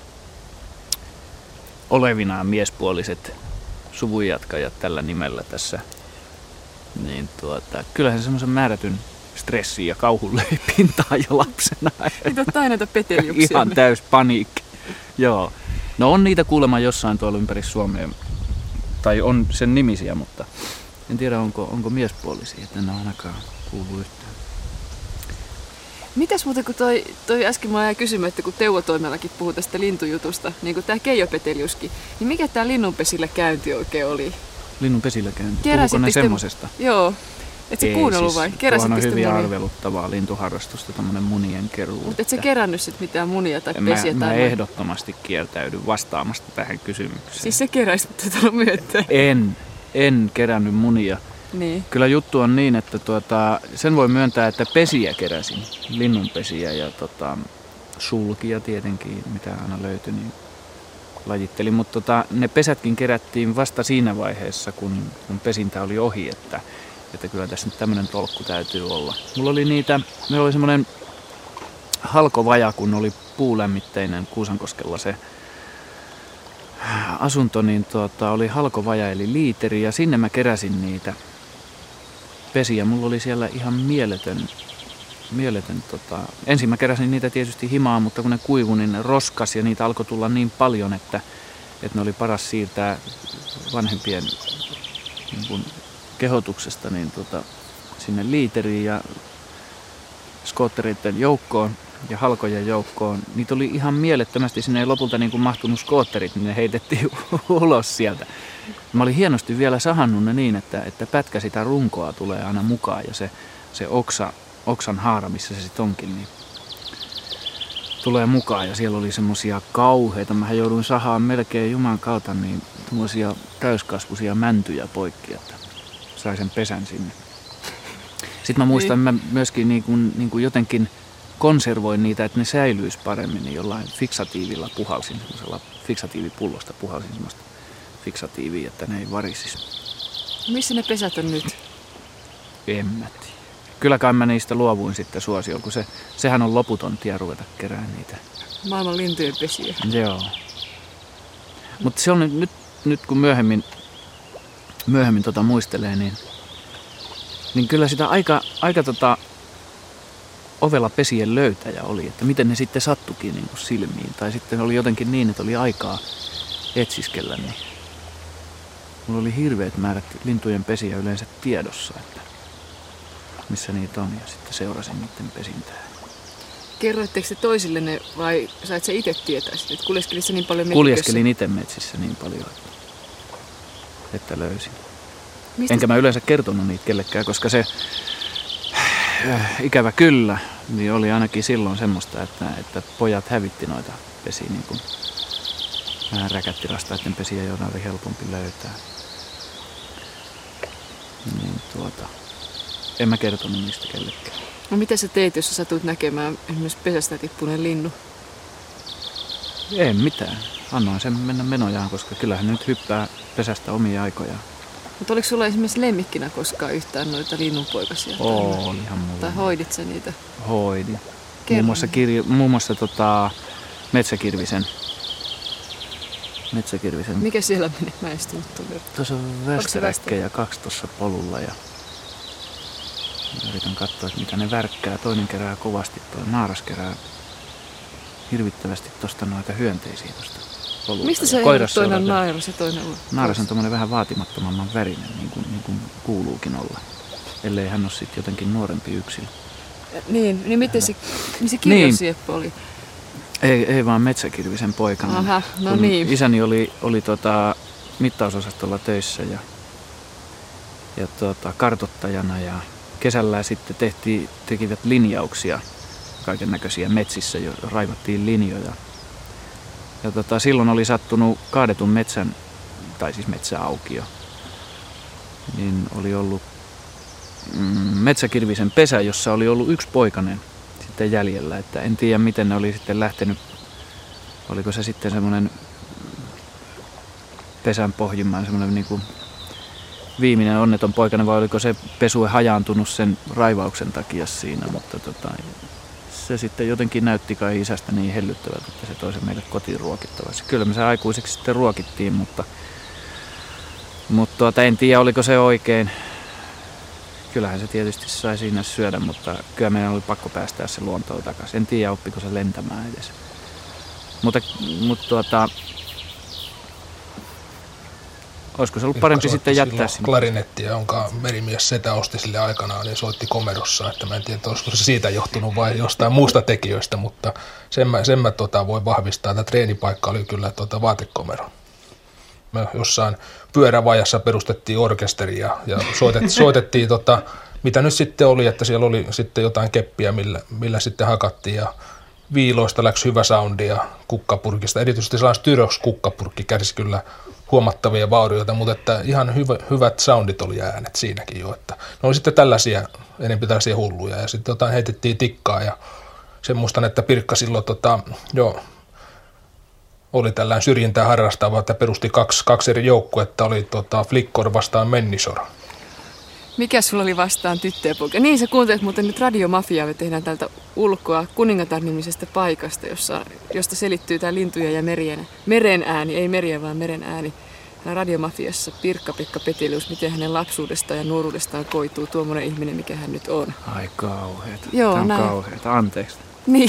olevinaan miespuoliset suvunjatkajat tällä nimellä tässä. Niin kyllähän se semmoisen määrätyn stressiä ja kauhun löi pintaan jo lapsena. Niitä on näitä peteliuksia. Ihan täys paniikki. Joo. No on niitä kuulemma jossain tuolla ympäri Suomea. Tai on sen nimisiä, mutta en tiedä onko miespuolisia. En ole ainakaan kuullut yhtään. Mitäs muuten, kun toi äsken mä jäin kysymään, että kun Teuvo Toimelakin puhui tästä lintujutusta, niin kuin tää keijopeteliuskin, niin mikä tää linnunpesillä käynti oikein oli? Linnunpesillä käynti? Puhuuko ne semmosesta? Joo. Et sä kuunnellut vai? Tuohan on hyvin arveluttavaa lintuharrastusta, tommonen munien keruu. Mutta et sä kerännyt sit mitään munia tai pesiä? Mä ehdottomasti kieltäydyn vastaamasta tähän kysymykseen. Siis sä keräisit tätä myöntää? En kerännyt munia. Niin. Kyllä juttu on niin, että sen voi myöntää, että pesiä keräsin. Linnunpesiä ja sulkia tietenkin, mitä aina löytyi, niin lajittelin. Mutta ne pesätkin kerättiin vasta siinä vaiheessa, kun pesintä oli ohi, että kyllä tässä nyt tämmöinen tolkku täytyy olla. Meillä oli semmoinen halkovaja, kun oli puulämmitteinen Kuusankoskella se asunto, niin oli halkovaja eli liiteri ja sinne mä keräsin niitä pesiä. Mulla oli siellä ihan mieletön ensin mä keräsin niitä tietysti himaan, mutta kun ne kuivui, niin ne roskas ja niitä alkoi tulla niin paljon, että ne oli paras siirtää vanhempien niin kuin kehotuksesta niin sinne liiteriin ja skoottereiden joukkoon ja halkojen joukkoon. Niitä oli ihan mielettömästi, sinne ei lopulta niin kuin mahtunut skootterit, niin ne heitettiin ulos sieltä. Mä olin hienosti vielä sahannut ne niin, että pätkä sitä runkoa tulee aina mukaan ja se oksan haara, missä se sitten onkin, niin tulee mukaan. Ja siellä oli semmosia kauheita, mähän jouduin sahaan melkein Juman kautta niin semmosia täyskasvuisia mäntyjä poikki, että sai sen pesän sinne. Sitten mä muistan, mä myöskin niin kuin jotenkin konservoin niitä, että ne säilyisi paremmin, niin jollain fiksatiivilla puhalsin, semmoisella fiksatiivipullosta puhalsin semmoista fiksatiivia, että ne ei varisisi. Missä ne pesät on nyt? En mä tiedä. Kyllä kai mä niistä luovuin sitten suosioon, kun sehän on loputon tie ruveta keräämään niitä. Maailman lintujen pesiä. Joo. Mutta se on nyt kun myöhemmin muistelee, niin kyllä sitä aika ovela pesien löytäjä oli, että miten ne sitten sattukin niin kuin silmiin. Tai sitten oli jotenkin niin, että oli aikaa etsiskellä, niin mulla oli hirveät määrät lintujen pesiä yleensä tiedossa, että missä niitä on, ja sitten seurasin niiden pesintää. Kerroitteko te toisillenne vai sait sä itse tietää sitä, että kuljeskelit sä niin paljon metsikössä? Kuljeskelin itse metsissä niin paljon, että löysin. Enkä mä yleensä kertonut niitä kellekään, koska se ikävä kyllä niin oli ainakin silloin semmoista, että pojat hävitti noita pesiä niin kuin vähän räkättirastaiden pesiä, joita oli helpompi löytää. Niin en mä kertonut niistä kellekään. No mitä sä teit, jos sä satut näkemään esimerkiksi pesästä tippuneen linnu? Ei mitään. Annoin sen mennä menojaan, koska kyllähän nyt hyppää pesästä omia aikojaan. Mutta oliko sulla esimerkiksi lemmikkinä koskaan yhtään noita linnunpoikasia? Olihan mulla. Tai hoidit sä niitä? Hoidin. Muun muassa metsäkirvisen. Mikä siellä meni? Mä en tullut tuonne. Tuossa on västäräkkejä 2 tuossa polulla ja yritän katsoa, että mitä ne värkkää. Toinen kerää kovasti, tuo naaras kerää hirvittävästi tuosta noita hyönteisiä tuosta polulta. Mistä se toinen on naaras ja toinen on? Naaras on tommoinen vähän vaatimattomamman värinen, niin kuin kuuluukin olla. Ellei hän ole sitten jotenkin nuorempi yksilö. Niin miten se kirjosieppo oli? Ei vaan metsäkirvisen poikana. Aha, no niin. Isäni oli mittausosastolla töissä ja kartoittajana ja kesällä sitten tekivät linjauksia kaiken näköisiä metsissä, jo raivattiin linjoja. Ja silloin oli sattunut kaadetun metsän, tai siis metsäaukio, niin oli ollut metsäkirvisen pesä, jossa oli ollut 1 poikanen sitten jäljellä. Että en tiedä, miten ne oli sitten lähtenyt. Oliko se sitten semmoinen pesän pohjimman semmoinen niin kuin viimeinen onneton poikainen, vai oliko se pesue hajaantunut sen raivauksen takia siinä, mutta se sitten jotenkin näytti kai isästä niin hellyttävältä, että se toi sen meille kotiin ruokittavaksi. Kyllä me se aikuiseksi sitten ruokittiin, mutta en tiedä, oliko se oikein. Kyllähän se tietysti sai siinä syödä, mutta kyllä meidän oli pakko päästää se luontoon takaisin. En tiedä, oppiko se lentämään edes. Mutta olisiko se ollut parempi sitten jättää sinne? Klarinettia, jonka merimies setä osti sille aikanaan, niin soitti komerossa, että mä en tiedä, olisiko se siitä johtunut vai jostain muusta tekijöistä, mutta sen mä voin vahvistaa, että treenipaikka oli kyllä vaatekomero. Me jossain pyörävajassa perustettiin orkesteria ja soitettiin mitä nyt sitten oli, että siellä oli sitten jotain keppiä, millä sitten hakattiin ja viiloista läksi hyvä soundi ja kukkapurkista. Erityisesti sellainen Styrox kukkapurkki kärsi kyllä huomattavia vaurioita, mutta että ihan hyvät soundit oli äänet siinäkin jo. Että ne oli sitten enemmän tällaisia hulluja ja sitten heitettiin tikkaa ja sen muistan, että Pirkka silloin oli tällainen syrjintää harrastava, että perusti kaksi eri joukkuetta, oli Flickor vastaan Mennisor. Mikä sulla oli vastaan tyttö ja poika? Niin, sä kuuntelet muuten nyt Radiomafiaa, me tehdään täältä ulkoa Kuningatar-nimisestä paikasta, josta selittyy tämä lintujen ja meren ääni, ei merien vaan meren ääni. Radiomafiassa Pirkka-Pekka Petelius, miten hänen lapsuudestaan ja nuoruudestaan koituu tuommoinen ihminen, mikä hän nyt on. Ai kauheeta. Joo, tämä on näin. kauheeta, anteeksi. Niin.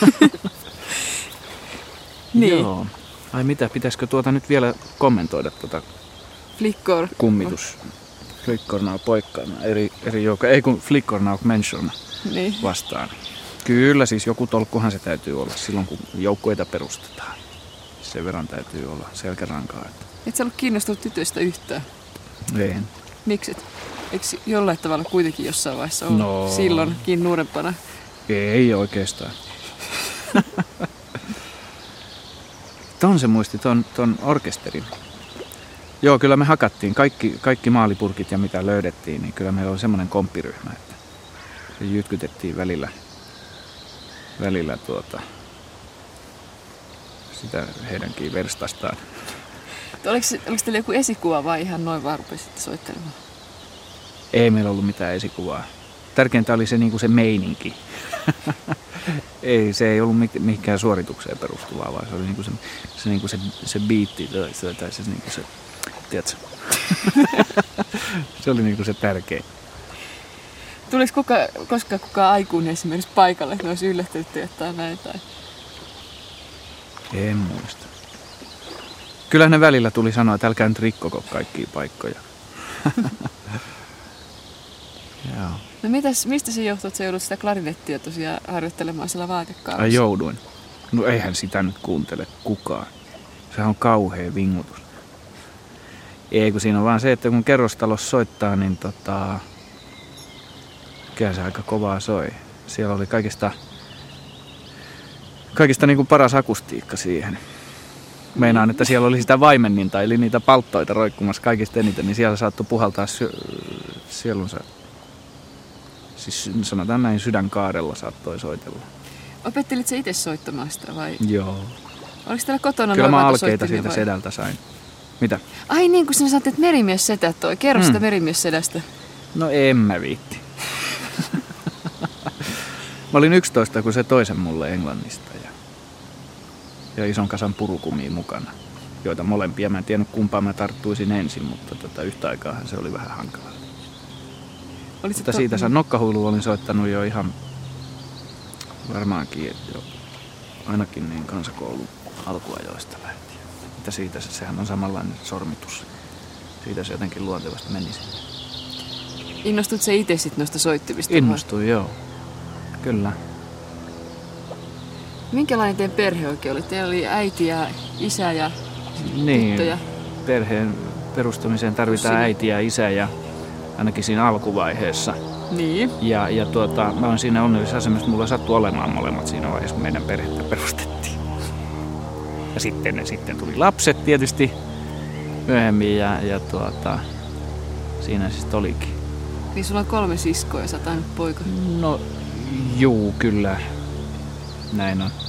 Niin. Joo. Ai mitä, pitäisikö nyt vielä kommentoida Flickor. Kummitus. Flickor now poikkaana, eri joukko, ei kun Flickor now mention niin. Vastaan. Kyllä siis joku tolkkuhan se täytyy olla silloin, kun joukkueita perustetaan. Sen verran täytyy olla selkärankaa. Et sä ollut kiinnostunut tytöistä yhtään? En. Miksi? Eikö jollain tavalla kuitenkin jossain vaiheessa ollut silloinkin nuorempana? Ei oikeastaan. Ton se muisti, ton orkesterin. Joo, kyllä me hakattiin kaikki maalipurkit ja mitä löydettiin, niin kyllä meillä oli semmoinen komppiryhmä, että se jytkytettiin välillä sitä heidänkin verstastaan. Oliko teillä joku esikuva vai ihan noin vaan rupesitte soittelemaan? Ei meillä ollut mitään esikuvaa. Tärkeintä oli se, niin kuin se meininki. Se ei ollut mihinkään suoritukseen perustuvaa, vaan se oli niin kuin se biitti tai se niin kuin se, tiedätkö? Se oli niin kuin se tärkein. Tuliko koskaan kukaan aikuinen esimerkiksi paikalle, että ne olisi yllättynyt jotain näin? Tai? En muista. Kyllä ne välillä tuli sanoa, että älkää nyt rikkoko kaikkia paikkoja. Joo. No mistä se johtuu, että sä joudut sitä klarinettia tosiaan harjoittelemaan siellä vaatekaudessa? Ai jouduin. No eihän sitä nyt kuuntele kukaan. Sehän on kauhea vingutus. Ei, kun siinä on vaan se, että kun kerrostalossa soittaa, niin kyllä se aika kovaa soi. Siellä oli kaikista niin kuin paras akustiikka siihen. Meinaan, että siellä oli sitä vaimenninta, eli niitä palttoita roikkumassa kaikista eniten, niin siellä saattoi puhaltaa sielunsa. Siis sanotaan näin, sydänkaarella saattoi soitella. Opettelit sä itse soittamaan sitä vai? Joo. Oliko teillä kotona kyllä mä alkeita soittimia siitä vai? sedältä sain. Mitä? Ai niin, kun sinä sanoit, että merimies-sedä toi. Kerro sitä merimies-sedästä. No en mä viitti. Mä olin 11, kun se toi sen mulle Englannista ja ison kasan purukumia mukana, joita molempia. Mä en tiennyt kumpaan mä tarttuisin ensin, mutta yhtä aikaahan se oli vähän hankalaa. Mutta siitä nokkahuilua olin soittanut jo ihan varmaankin jo ainakin niin kansakoulun alkuajoista lähtien. Että siitä sehän on samanlainen sormitus. Siitä se jotenkin luontevasti meni sinne. Innostut sä itse sitten noista soittimista? Innostuin, joo. Kyllä. Minkälainen teidän perhe oikein oli? Teillä oli äiti ja isä ja tyttöjä. Perheen perustamiseen tarvitaan äiti ja isä ja ainakin siinä alkuvaiheessa. Niin. Ja mä olen siinä onnellisessa asemassa, että mulla sattui olemaan molemmat siinä vaiheessa, kun meidän perhettä perustettiin. Ja sitten tuli lapset tietysti myöhemmin ja siinä siis olikin. Niin sulla on 3 siskoa ja sä oot ainut poika. No juu, kyllä. Näin on.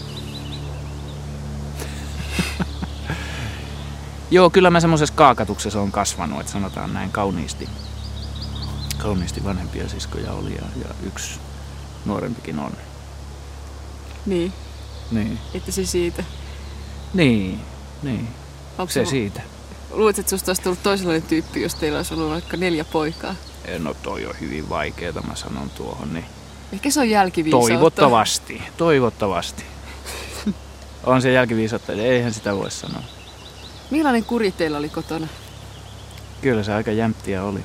Joo, kyllä mä semmoisessa kaakatuksessa on kasvanut, että sanotaan näin kauniisti vanhempia siskoja oli ja yksi nuorempikin on. Niin. Niin. Että se siitä. Niin. Onko se siitä. Luulet, että susta olisi tullut toisenlainen tyyppi, jos teillä olisi ollut vaikka 4 poikaa? No toi on hyvin vaikeeta, mä sanon tuohon. Niin. Ehkä se on jälkiviisautta. Toivottavasti. On se jälkiviisautta, eihän sitä voi sanoa. Millainen kuri teillä oli kotona? Kyllä se aika jämptiä oli.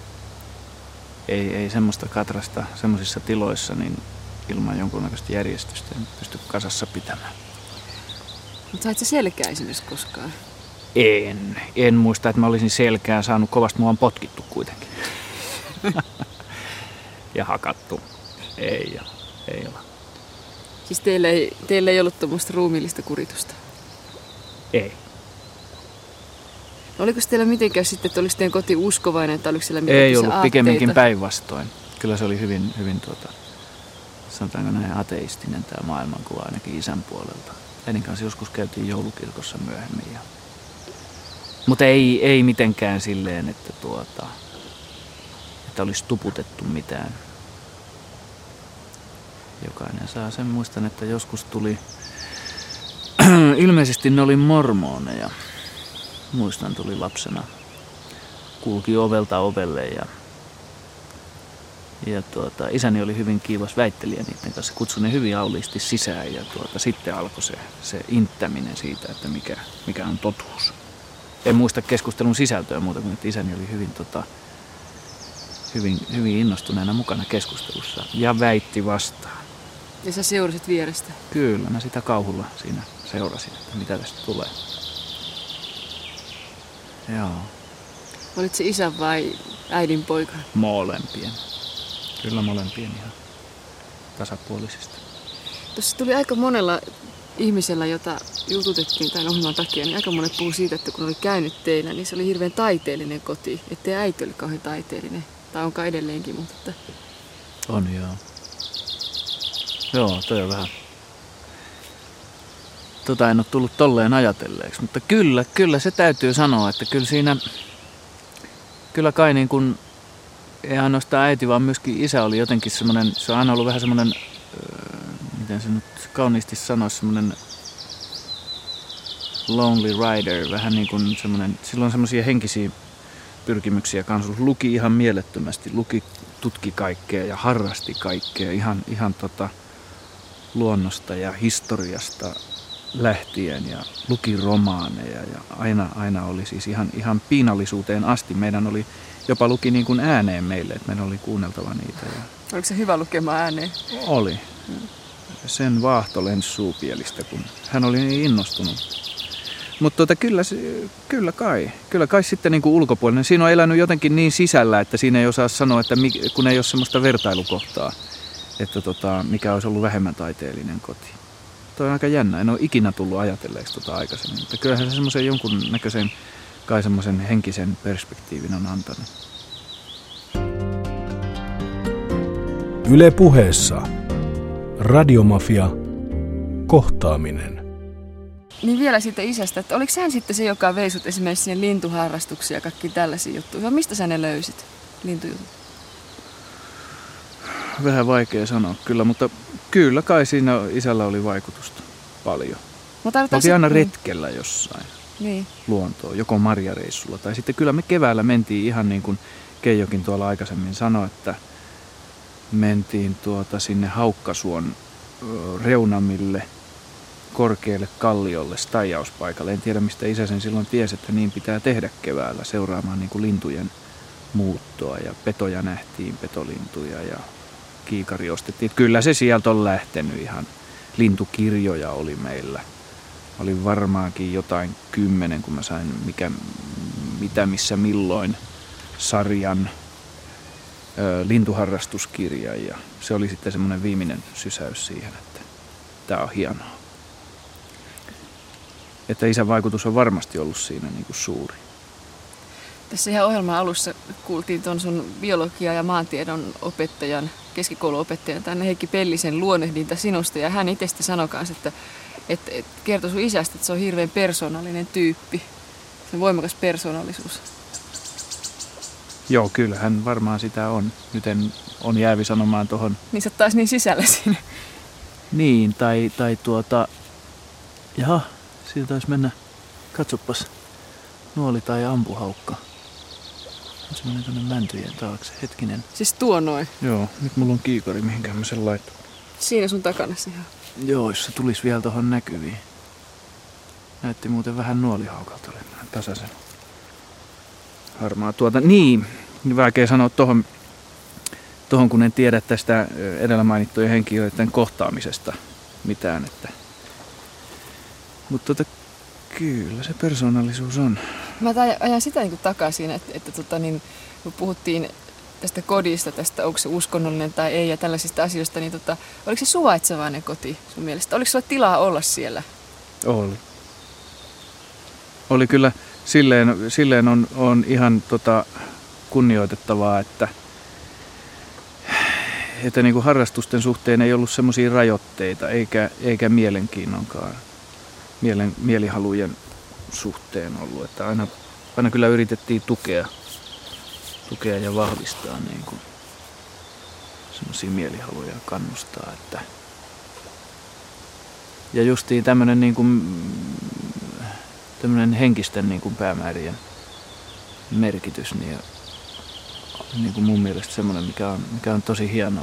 Ei semmoista katrasta semmoisissa tiloissa niin ilman jonkunnäköistä järjestystä en pysty kasassa pitämään. Mutta sait sä selkää esimerkiksi koskaan? En muista, että mä olisin selkää saanut. Kovasti mua on potkittu kuitenkin. Ja hakattu. Ei ole. Siis teillä ei ollut tuommoista ruumiillista kuritusta? Ei. No, oliko teillä mitenkään sitten, että oliko teidän koti uskovainen tai oliko siellä mitään ei ollut, aatteita? Pikemminkin päinvastoin. Kyllä se oli hyvin sanotaanko näin ateistinen tämä maailmankuva ainakin isän puolelta. Äidin kanssa joskus käytiin joulukirkossa myöhemmin. Mutta ei mitenkään silleen, että olisi tuputettu mitään. Jokainen saa sen. Muistan, että joskus tuli, ilmeisesti ne oli mormoneja. Muistan, tuli lapsena. Kulki ovelta ovelle ja isäni oli hyvin kiivas väittelijä niiden kanssa. Kutsui ne hyvin auliisti sisään ja sitten alkoi se inttäminen siitä, että mikä on totuus. En muista keskustelun sisältöä muuta kuin, että isäni oli hyvin innostuneena mukana keskustelussa ja väitti vastaan. Ja sä seurasit vierestä? Kyllä, mä sitä kauhulla siinä seurasin, että mitä tästä tulee. Joo. Olit se isän vai äidin poika? Molempien. Kyllä molempien ihan tasapuolisesti. Tuossa tuli aika monella ihmisellä, jota jututettiin tämän ohjelman takia, niin aika monet puhuu siitä, että kun oli käynyt teillä, niin se oli hirveän taiteellinen koti. Ettei äiti oli kauhean taiteellinen. Tai onkaan edelleenkin, mutta että... On joo. Joo, toi on vähän... en ole tullut tolleen ajatelleeksi, mutta kyllä se täytyy sanoa, että kyllä siinä... Kyllä kai niin kuin... Ei ainoastaan äiti, vaan myöskin isä oli jotenkin semmoinen... Se on aina ollut vähän semmoinen... Miten se nyt kauniisti sanoisi, semmoinen... Lonely rider, vähän niin kuin semmoinen... Sillä on semmoisia henkisiä pyrkimyksiä kanssa. Luki ihan mielettömästi, tutki kaikkea ja harrasti kaikkea. Ihan luonnosta ja historiasta lähtien ja luki romaaneja ja aina oli siis ihan piinallisuuteen asti. Meidän oli jopa luki niin kuin ääneen meille, että meidän oli kuunneltava niitä. Ja oliko se hyvä lukemaan ääneen? oli. Sen vaahto lensi suupielistä, kun hän oli niin innostunut. Mutta kyllä kai sitten niin kuin ulkopuolinen. Siinä on elänyt jotenkin niin sisällä, että siinä ei osaa sanoa, että kun ei ole semmoista vertailukohtaa, että mikä olisi ollut vähemmän taiteellinen koti. Tuo on aika jännä. En ole ikinä tullut ajatelleeksi aikaisemmin. Mutta kyllähän se semmoisen jonkun näköisen, kai semmoisen henkisen perspektiivin on antanut. Yle Puheessa. Radiomafia. Kohtaaminen. Niin vielä siitä isästä, että oliko hän sitten se, joka vei sut esimerkiksi siihen lintuharrastuksiin ja kaikki tällaisia juttuja? Vai mistä sä ne löysit, lintujutut? Vähän vaikea sanoa kyllä, mutta kyllä kai siinä isällä oli vaikutusta paljon. Oltiin aina retkellä jossain luontoon, joko marjareissulla. Tai sitten kyllä me keväällä mentiin ihan niin kuin Keijokin tuolla aikaisemmin sanoi, että mentiin sinne Haukkasuon reunamille korkealle kalliolle staijauspaikalle. En tiedä, mistä isä sen silloin tiesi, että niin pitää tehdä keväällä seuraamaan niin kuin lintujen muuttoa. Ja petoja nähtiin, petolintuja ja kiikari ostettiin. Kyllä se sieltä on lähtenyt ihan. Lintukirjoja oli meillä. Oli varmaankin jotain 10, kun mä sain mitä missä milloin sarjan lintuharrastuskirja. Ja se oli sitten semmoinen viimeinen sysäys siihen, että tää on hienoa. Että isän vaikutus on varmasti ollut siinä niin kuin suuri. Tässä ihan ohjelman alussa kuultiin tuon sun biologia- ja maantiedon opettajan, keskikouluopettajan, tänne Heikki Pellisen luonnehdinta sinusta. Ja hän itse sanoi kanssa, että kertoi sun isästä, että se on hirveän persoonallinen tyyppi. Se on voimakas persoonallisuus. Joo, kyllähän varmaan sitä on. Nyt on jäävi sanomaan tohon. Niin sä oot taas niin sisällä siinä. Niin, tai jaha, siitä taisi mennä, katsopas, nuoli tai ampuhaukka. Se menee tuonne mäntyjen taakse, hetkinen. Siis tuo noin? Joo, nyt mulla on kiikari, mihinkään mä sen laitan. Siinä sun takana se ihan. Joo, jos se tulisi vielä tohon näkyviin. Näytti muuten vähän nuolihaukalta olemaan tasaisen harmaa Niin vaikea sanoa tohon kun en tiedä tästä edellä mainittujen henkilöiden kohtaamisesta mitään. Mutta kyllä se persoonallisuus on. Mä ajan sitä niin takaisin, että kun puhuttiin tästä kodista, tästä onko se uskonnollinen tai ei ja tällaisista asioista, niin oliko se suvaitsevainen koti sun mielestä? Oliko sulla tilaa olla siellä? Oli kyllä. Silleen on ihan kunnioitettavaa, että niin kuin harrastusten suhteen ei ollut semmoisia rajoitteita eikä mielenkiinnonkaan, mielihalujen suhteen ollut. Että aina kyllä yritettiin tukea ja vahvistaa niin kuin semmoisia mielihaluja ja kannustaa. Ja justiin tämmöinen niin kuin henkisten niin kuin päämäärien merkitys niin kuin mun mielestä semmoinen, mikä on tosi hienoa,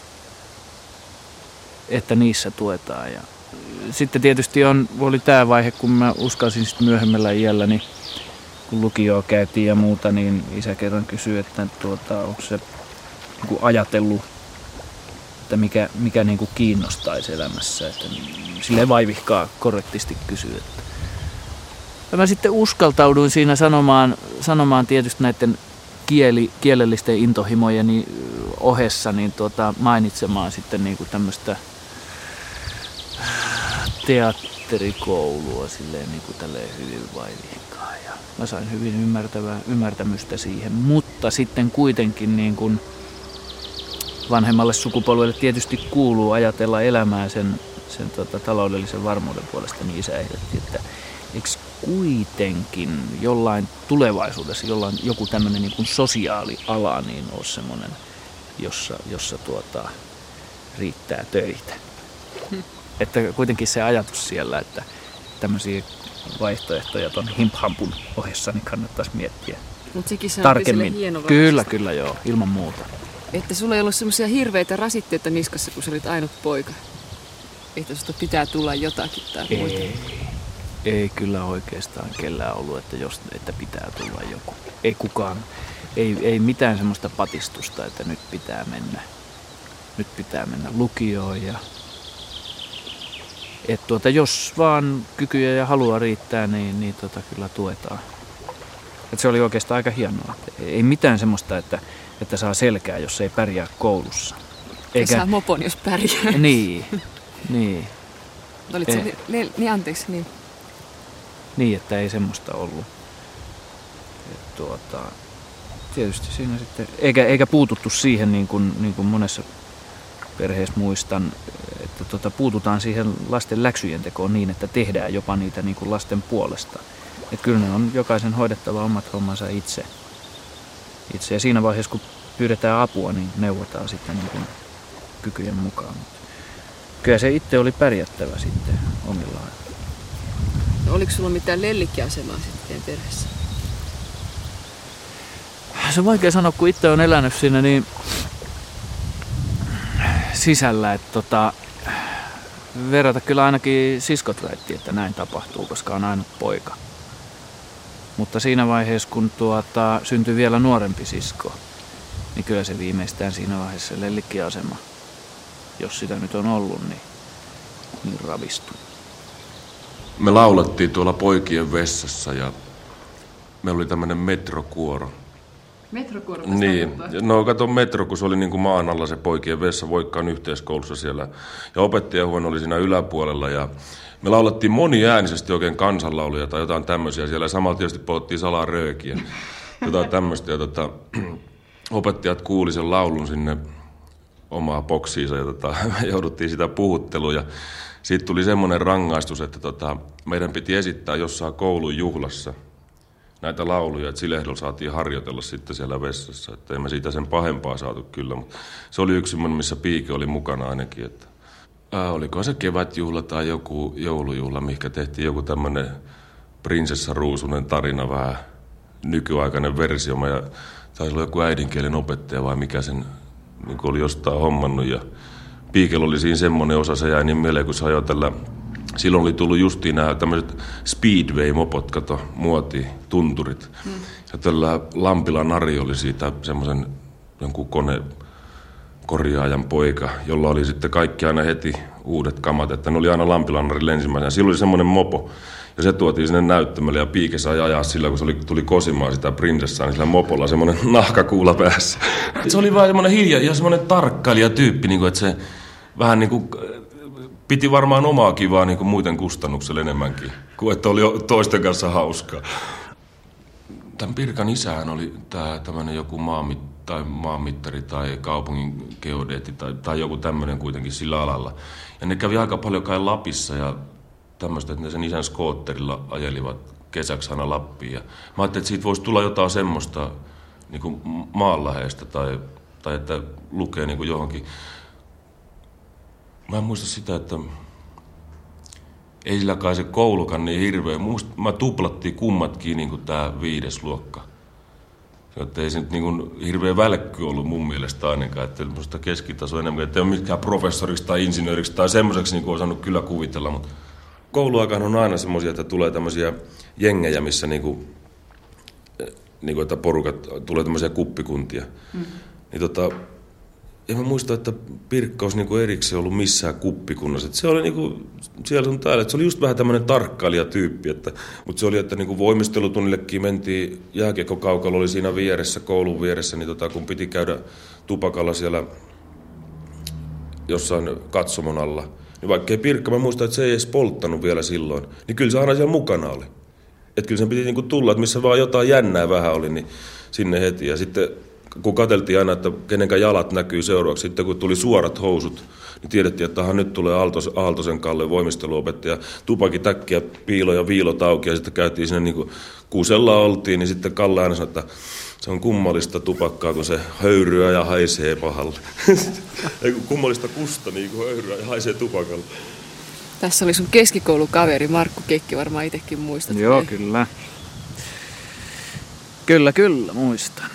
että niissä tuetaan. Ja sitten tietysti oli tämä vaihe, kun mä uskalsin sitten myöhemmällä iällä, niin kun lukioon käytiin ja muuta, niin isä kerran kysyi, että onko se niin kuin ajatellut, että mikä niin kuin kiinnostaisi elämässä. Että silleen vaivihkaa korrektisti kysyy. Että mä sitten uskaltauduin siinä sanomaan tietysti näiden kielellisten intohimojen ohessa niin mainitsemaan sitten niin kuin tämmöistä teatterikoulua silleen niin kuin tälleen hyvin vaivihkaa. Ja mä sain hyvin ymmärtämystä siihen, mutta sitten kuitenkin niin kuin vanhemmalle sukupolvelle tietysti kuuluu ajatella elämää sen taloudellisen varmuuden puolesta, niin isä ehdotti, että eikö kuitenkin jollain tulevaisuudessa joku tämmöinen niin kuin sosiaaliala niin ole semmoinen, jossa riittää töitä. Että kuitenkin se ajatus siellä, että tämmöisiä vaihtoehtoja ton himphampun ohessa niin kannattaisi miettiä tarkemmin. Kyllä joo, ilman muuta. Että sulla ei ollut semmoisia hirveitä rasitteita niskassa, kun sä olit ainut poika. että susta pitää tulla jotakin tai muuta? Ei kyllä oikeastaan kellään ollut, että pitää tulla joku. Ei kukaan, ei mitään semmoista patistusta, että nyt pitää mennä lukioon. Jos vaan kykyjä ja halua riittää, niin kyllä tuetaan. Et se oli oikeastaan aika hienoa. Ei mitään semmoista, että saa selkää, jos ei pärjää koulussa. Eikä saa mopon, jos pärjää. Niin. Olit se, anteeksi, niin. Niin, että ei semmoista ollut. Tietysti siinä sitten, eikä puututtu siihen niin kuin monessa perheessä muistan, että puututaan siihen lasten läksyjen tekoon niin, että tehdään jopa niitä niin kuin lasten puolesta. Että kyllä ne on jokaisen hoidettava omat hommansa itse. Ja siinä vaiheessa, kun pyydetään apua, niin neuvotaan sitten niin kuin kykyjen mukaan. Kyllä se itse oli pärjättävä sitten omillaan. No, oliko sulla mitään lellikkiasemaa sitten perheessä? Se on vaikea sanoa, kun itse on elänyt siinä niin sisällä, että verrata kyllä ainakin siskot väitti, että näin tapahtuu, koska on ainut poika. Mutta siinä vaiheessa, kun syntyi vielä nuorempi sisko, niin kyllä se viimeistään siinä vaiheessa se lellikkiasema, jos sitä nyt on ollut, niin ravistui. Me laulettiin tuolla poikien vessassa ja meillä oli tämmöinen metrokuoro. Metrokuoro? Niin. No kato metro, kun se oli niin kuin maan alla se poikien vessa Voikkaan yhteiskoulussa siellä. Ja opettajahuone oli siinä yläpuolella ja me laulettiin moniäänisesti oikein kansanlauluja tai jotain tämmöisiä siellä. Samalla tietysti polttiin salaa röökiä. Jotain tämmöistä. Ja opettajat kuuli sen laulun sinne omaa boksiinsa ja me jouduttiin sitä puhutteluun. Ja siitä tuli semmoinen rangaistus, että meidän piti esittää jossain koulun juhlassa näitä lauluja, että sillä ehdolla saatiin harjoitella sitten siellä vessassa. Että emme siitä sen pahempaa saatu kyllä, mutta se oli yksi semmoinen, missä piike oli mukana ainakin. Että, oliko se kevätjuhla tai joku joulujuhla, mihinkä tehtiin joku tämmöinen prinsessa Ruusunen tarina, vähän nykyaikainen versio. Ja taisi olla joku äidinkielen opettaja vai mikä sen niin oli jostain hommannut. Ja piikellä oli siinä semmoinen osa, se jäi niin mieleen, kun se ajoi tällä. Silloin oli tullut justiin nämä tämmöiset speedway-mopot, kato, muoti, tunturit. Ja tällä Lampilan Ari oli siitä semmoisen jonkun konekorjaajan poika, jolla oli sitten kaikki aina heti uudet kamat, että ne oli aina Lampilan Arilla ensimmäisenä. Silloin oli semmoinen mopo, ja se tuotiin sinne näyttämölle, ja piike sai ajaa sillä, kun se tuli kosimaan sitä prinsessaa, niin sillä mopolla semmoinen nahkakuula päässä. Se oli vaan semmoinen hilja ja semmoinen tarkkailijatyyppi, niin kuin, että se vähän niin kuin piti varmaan omaa kivaa niin kuin muiden kustannuksella enemmänkin, kuin että oli toisten kanssa hauskaa. Tämän Pirkan isähän oli tämmöinen joku maanmittari tai kaupungin geodeetti tai joku tämmöinen kuitenkin sillä alalla. Ja ne kävi aika paljon kai Lapissa ja tämmöistä, että ne sen isän skootterilla ajelivat kesäksi aina Lappiin. Ja mä ajattelin, että siitä voisi tulla jotain semmoista niin kuin maanläheistä tai että lukee niin kuin johonkin. Mä en muista sitä, että ei sillä kai se koulukaan niin hirveä. Mä tuplattiin kummatkin niin kuin tää 5. luokka. Että ei se nyt niin kuin hirveä välkky ollut mun mielestä ainakaan. Että musta keskitaso enemmän, että ei ole mikään professoriksi tai insinööriksi tai semmoiseksi niin kuin osannut kyllä kuvitella. Mutta kouluaikaan on aina semmoisia, että tulee tämmöisiä jengejä, missä niin kuin, että porukat, tulee tämmöisiä kuppikuntia. Niin en mä muista, että Pirkka olisi niinku erikseen ollut missään kuppikunnassa. Et se oli niinku, siellä sun täällä, että se oli just vähän tämmöinen tarkkailijatyyppi. Mutta se oli, että niinku voimistelutunnillekin mentiin, jääkiekkokaukalo oli siinä vieressä, koulun vieressä, niin kun piti käydä tupakalla siellä jossain katsomon alla. Niin vaikkei Pirkka, mä muistan, että se ei edes polttanut vielä silloin, niin kyllä se aina siellä mukana oli. Että kyllä sen piti niinku tulla, että missä vaan jotain jännää vähän oli, niin sinne heti. Ja sitten kun katseltiin aina, että kenenkään jalat näkyy seuraavaksi, sitten kun tuli suorat housut, niin tiedettiin, että nyt tulee Aaltosen Kalle voimisteluopettaja, tupakin täkkiä, piilo ja viilot auki, ja sitten käytiin siinä niin kuin kuusella oltiin, niin sitten Kalle aina sanoi, että se on kummallista tupakkaa, kun se höyryä ja haisee pahalle. Ei kun kummallista kusta, niin kuin höyryä ja haisee tupakalle. Tässä oli sun keskikoulukaveri Markku Kekki, varmaan itsekin muistat. Joo, kyllä. Kyllä, muistan.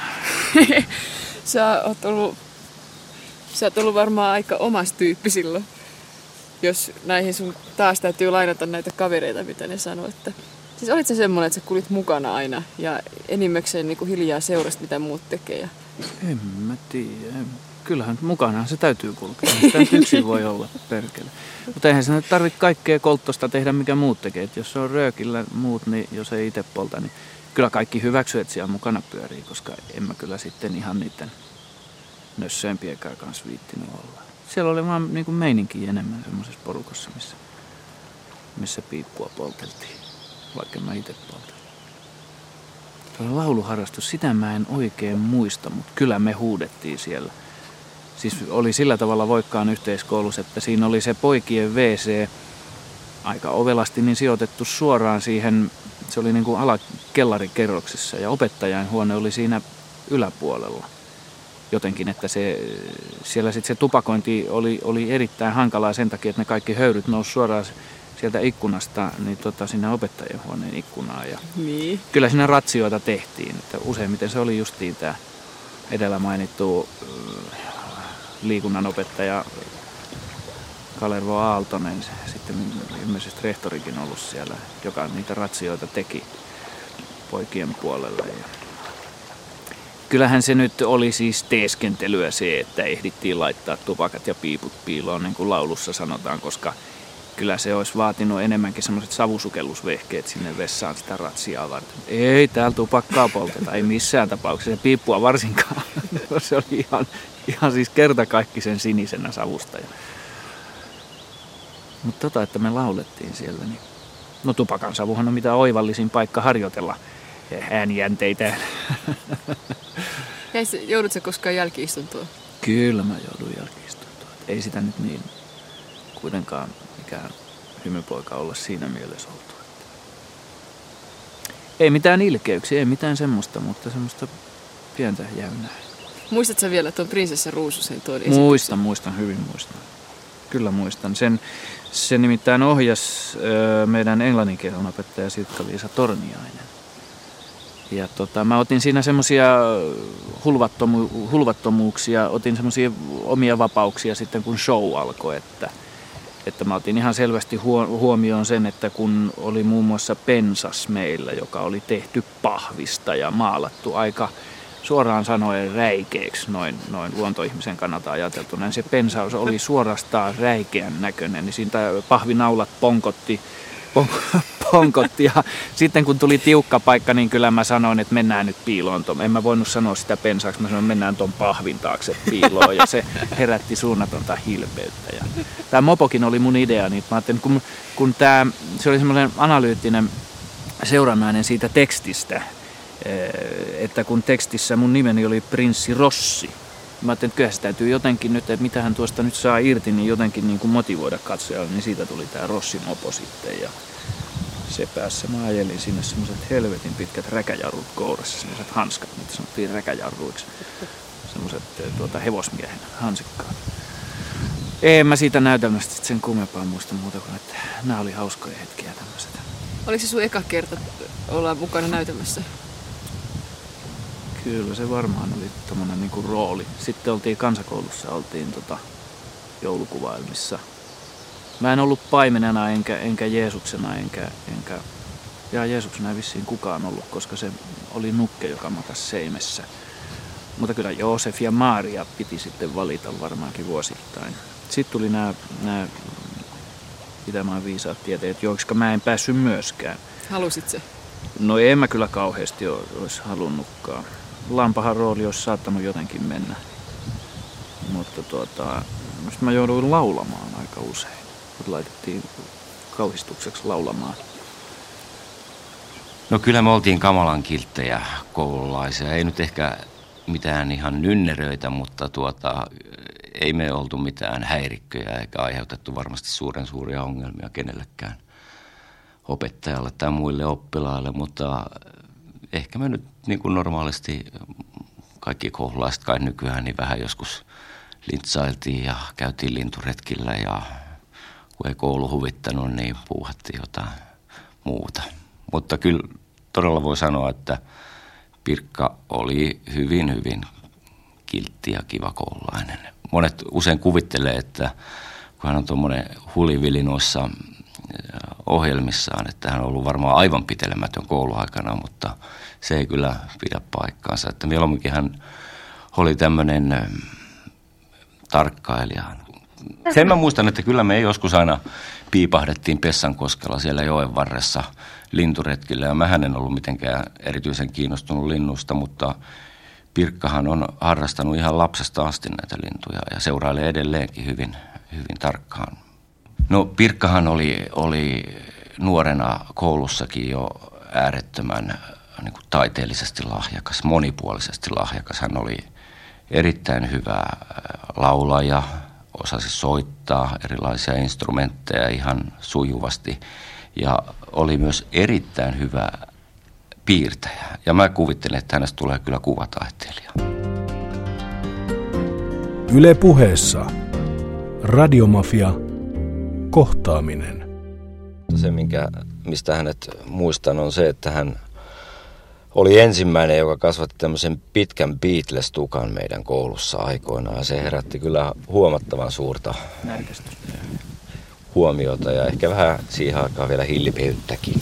Sä oot ollut varmaan aika omas tyyppi silloin. jos näihin sun taas täytyy lainata näitä kavereita, mitä ne sanoo, että siis olit se semmoinen, että sä kulit mukana aina ja enimmäkseen niin kuin hiljaa seurasta, mitä muut tekee? Ja... En mä tiedä. Kyllähän mukanahan se täytyy kulkea. Sitä nyt yksin voi olla, perkele. Mutta eihän se nyt tarvitse kaikkea kolttosta tehdä, mikä muut tekee. Et jos se on röökillä muut, niin jos ei itse polta, niin kyllä kaikki hyväksyy, että siellä mukana pyörii, koska en mä kyllä sitten ihan niiden nössöimpiekään kanssa viittinyt olla. Siellä oli vaan niin kuin meininkiä enemmän semmoisessa porukassa, missä piippua polteltiin, vaikka mä itse poltelin. Tuo lauluharrastus, sitä mä en oikein muista, mutta kyllä me huudettiin siellä. Siis oli sillä tavalla Voikkaan yhteiskoulussa, että siinä oli se poikien WC aika ovelasti niin sijoitettu suoraan siihen, se oli niin kuin alakellarikerroksissa ja opettajan huone oli siinä yläpuolella. Jotenkin, että siellä sitten se tupakointi oli erittäin hankalaa sen takia, että ne kaikki höyryt nousi suoraan sieltä ikkunasta niin sinne opettajien huoneen ikkunaan. Ja niin. Kyllä siinä ratsioita tehtiin. Että useimmiten se oli justiin tämä edellä mainittu liikunnanopettaja Kalervo Aaltonen, sitten ilmeisesti rehtorikin ollut siellä, joka niitä ratsioita teki poikien puolelle. Ja kyllähän se nyt oli siis teeskentelyä se, että ehdittiin laittaa tupakat ja piiput piiloon, niin kuin laulussa sanotaan, koska kyllä se olisi vaatinut enemmänkin semmoiset savusukellusvehkeet sinne vessaan sitä ratsiaa varten. Ei täällä tupakkaa polteta, ei missään tapauksessa, piippua varsinkaan. Se oli ihan siis kertakaikkisen sinisenä savusta. Mutta että me laulettiin siellä, niin no tupakan savuhan on mitä oivallisin paikka harjoitella äänijänteitä. Joudutko koskaan jälki-istuntoon? Kyllä mä joudun jälki-istuntoon. Ei sitä nyt niin kuitenkaan mikään hymypoika olla siinä mielessä oltu. Ei mitään ilkeyksiä, ei mitään semmoista, mutta semmoista pientä jäynää. Muistatko vielä tuon Prinsessa Ruususen tuon esityksen? Muistan, hyvin muistan. Kyllä muistan. Se nimittäin ohjasi meidän englanninkielen opettaja Sitka-Liisa Torniainen. Ja mä otin siinä semmoisia hulvattomuuksia, otin semmoisia omia vapauksia sitten kun show alkoi, että mä otin ihan selvästi huomioon sen, että kun oli muun muassa pensas meillä, joka oli tehty pahvista ja maalattu aika suoraan sanoen räikeäksi noin luontoihmisen kannalta ajateltuna. Se pensaus oli suorastaan räikeän näköinen, niin siitä pahvinaulat ponkotti ja sitten kun tuli tiukka paikka, niin kyllä mä sanoin, että mennään nyt piiloon. En mä voinut sanoa sitä pensaaksi, mä sanoin, että mennään ton pahvin taakse piiloon ja se herätti suunnatonta hilpeyttä. Tämä mopokin oli mun idea, niin mä ajattelin, kun se oli semmoinen analyyttinen seurannainen siitä tekstistä, että kun tekstissä mun nimeni oli Prinssi Rossi, mä ajattelin, että kyllä se täytyy jotenkin nyt, että mitä hän tuosta nyt saa irti, niin jotenkin niin kuin motivoida katsojalle, niin siitä tuli tää Rossi-mopo sitten ja se päässä mä ajelin sinne semmoiset helvetin pitkät räkäjarrut kourassa, semmoiset hanskat, niitä sanottiin räkäjarruiksi, semmoiset hevosmiehen hansikkaat. En mä siitä näytelmästä sen kummempaa muista muuta kuin, että nämä oli hauskoja hetkiä tämmöiset. Oliko se sun eka kerta olla mukana näytelmässä? Kyllä se varmaan oli tommonen niinku rooli. Sitten oltiin kansakoulussa, joulukuvailmissa. Mä en ollut paimenena enkä Jeesuksena ja Jeesuksena ei vissiin kukaan ollut, koska se oli nukke, joka makasi seimessä. Mutta kyllä Joosef ja Maria piti sitten valita varmaankin vuosittain. Sitten tuli nämä pitämään viisaat tieteet, joiksi mä en päässyt myöskään. Halusit se? No en mä kyllä kauheasti olisi halunnutkaan. Lampahan rooli olisi saattanut jotenkin mennä. Mutta mä jouduin laulamaan aika usein. Mut laitettiin kauhistukseksi laulamaan. No kyllä me oltiin kamalan kilttejä koululaisia. Ei nyt ehkä mitään ihan nynneröitä, mutta ei me oltu mitään häirikköjä eikä aiheutettu varmasti suuria ongelmia kenellekään opettajalle tai muille oppilaille, mutta ehkä me nyt niin kuin normaalisti kaikki koululaiset kai nykyään niin vähän joskus lintsailtiin ja käytiin linturetkillä ja kun ei koulu huvittanut, niin puuhattiin jotain muuta. Mutta kyllä todella voi sanoa, että Pirkka oli hyvin kiltti ja kiva koululainen. Monet usein kuvittelee, että kun hän on tuommoinen hulivili noissa ohjelmissaan, että hän on ollut varmaan aivan pitelemätön kouluaikana, mutta se ei kyllä pidä paikkaansa. Että mieluumminkin hän oli tämmöinen tarkkailija. Sen mä muistan, että kyllä me joskus aina piipahdettiin Pessankoskella siellä joen varressa linturetkillä. Ja mähän en ollut mitenkään erityisen kiinnostunut linnusta, mutta Pirkkahan on harrastanut ihan lapsesta asti näitä lintuja ja seurailee edelleenkin hyvin tarkkaan. No Pirkkahan oli nuorena koulussakin jo äärettömän niin kuin taiteellisesti lahjakas, monipuolisesti lahjakas. Hän oli erittäin hyvä laulaja, osasi soittaa erilaisia instrumentteja ihan sujuvasti ja oli myös erittäin hyvä piirtäjä. Ja mä kuvittelen, että hänestä tulee kyllä kuvataiteilija. Yle Puheessa. Radiomafia. Kohtaaminen. Se, mistä hänet muistan, on se, että hän oli ensimmäinen, joka kasvatti tämmöisen pitkän Beatles-tukan meidän koulussa aikoinaan. Ja se herätti kyllä huomattavan suurta huomiota ja ehkä vähän siihen aikaan vielä hillipeyttäkin.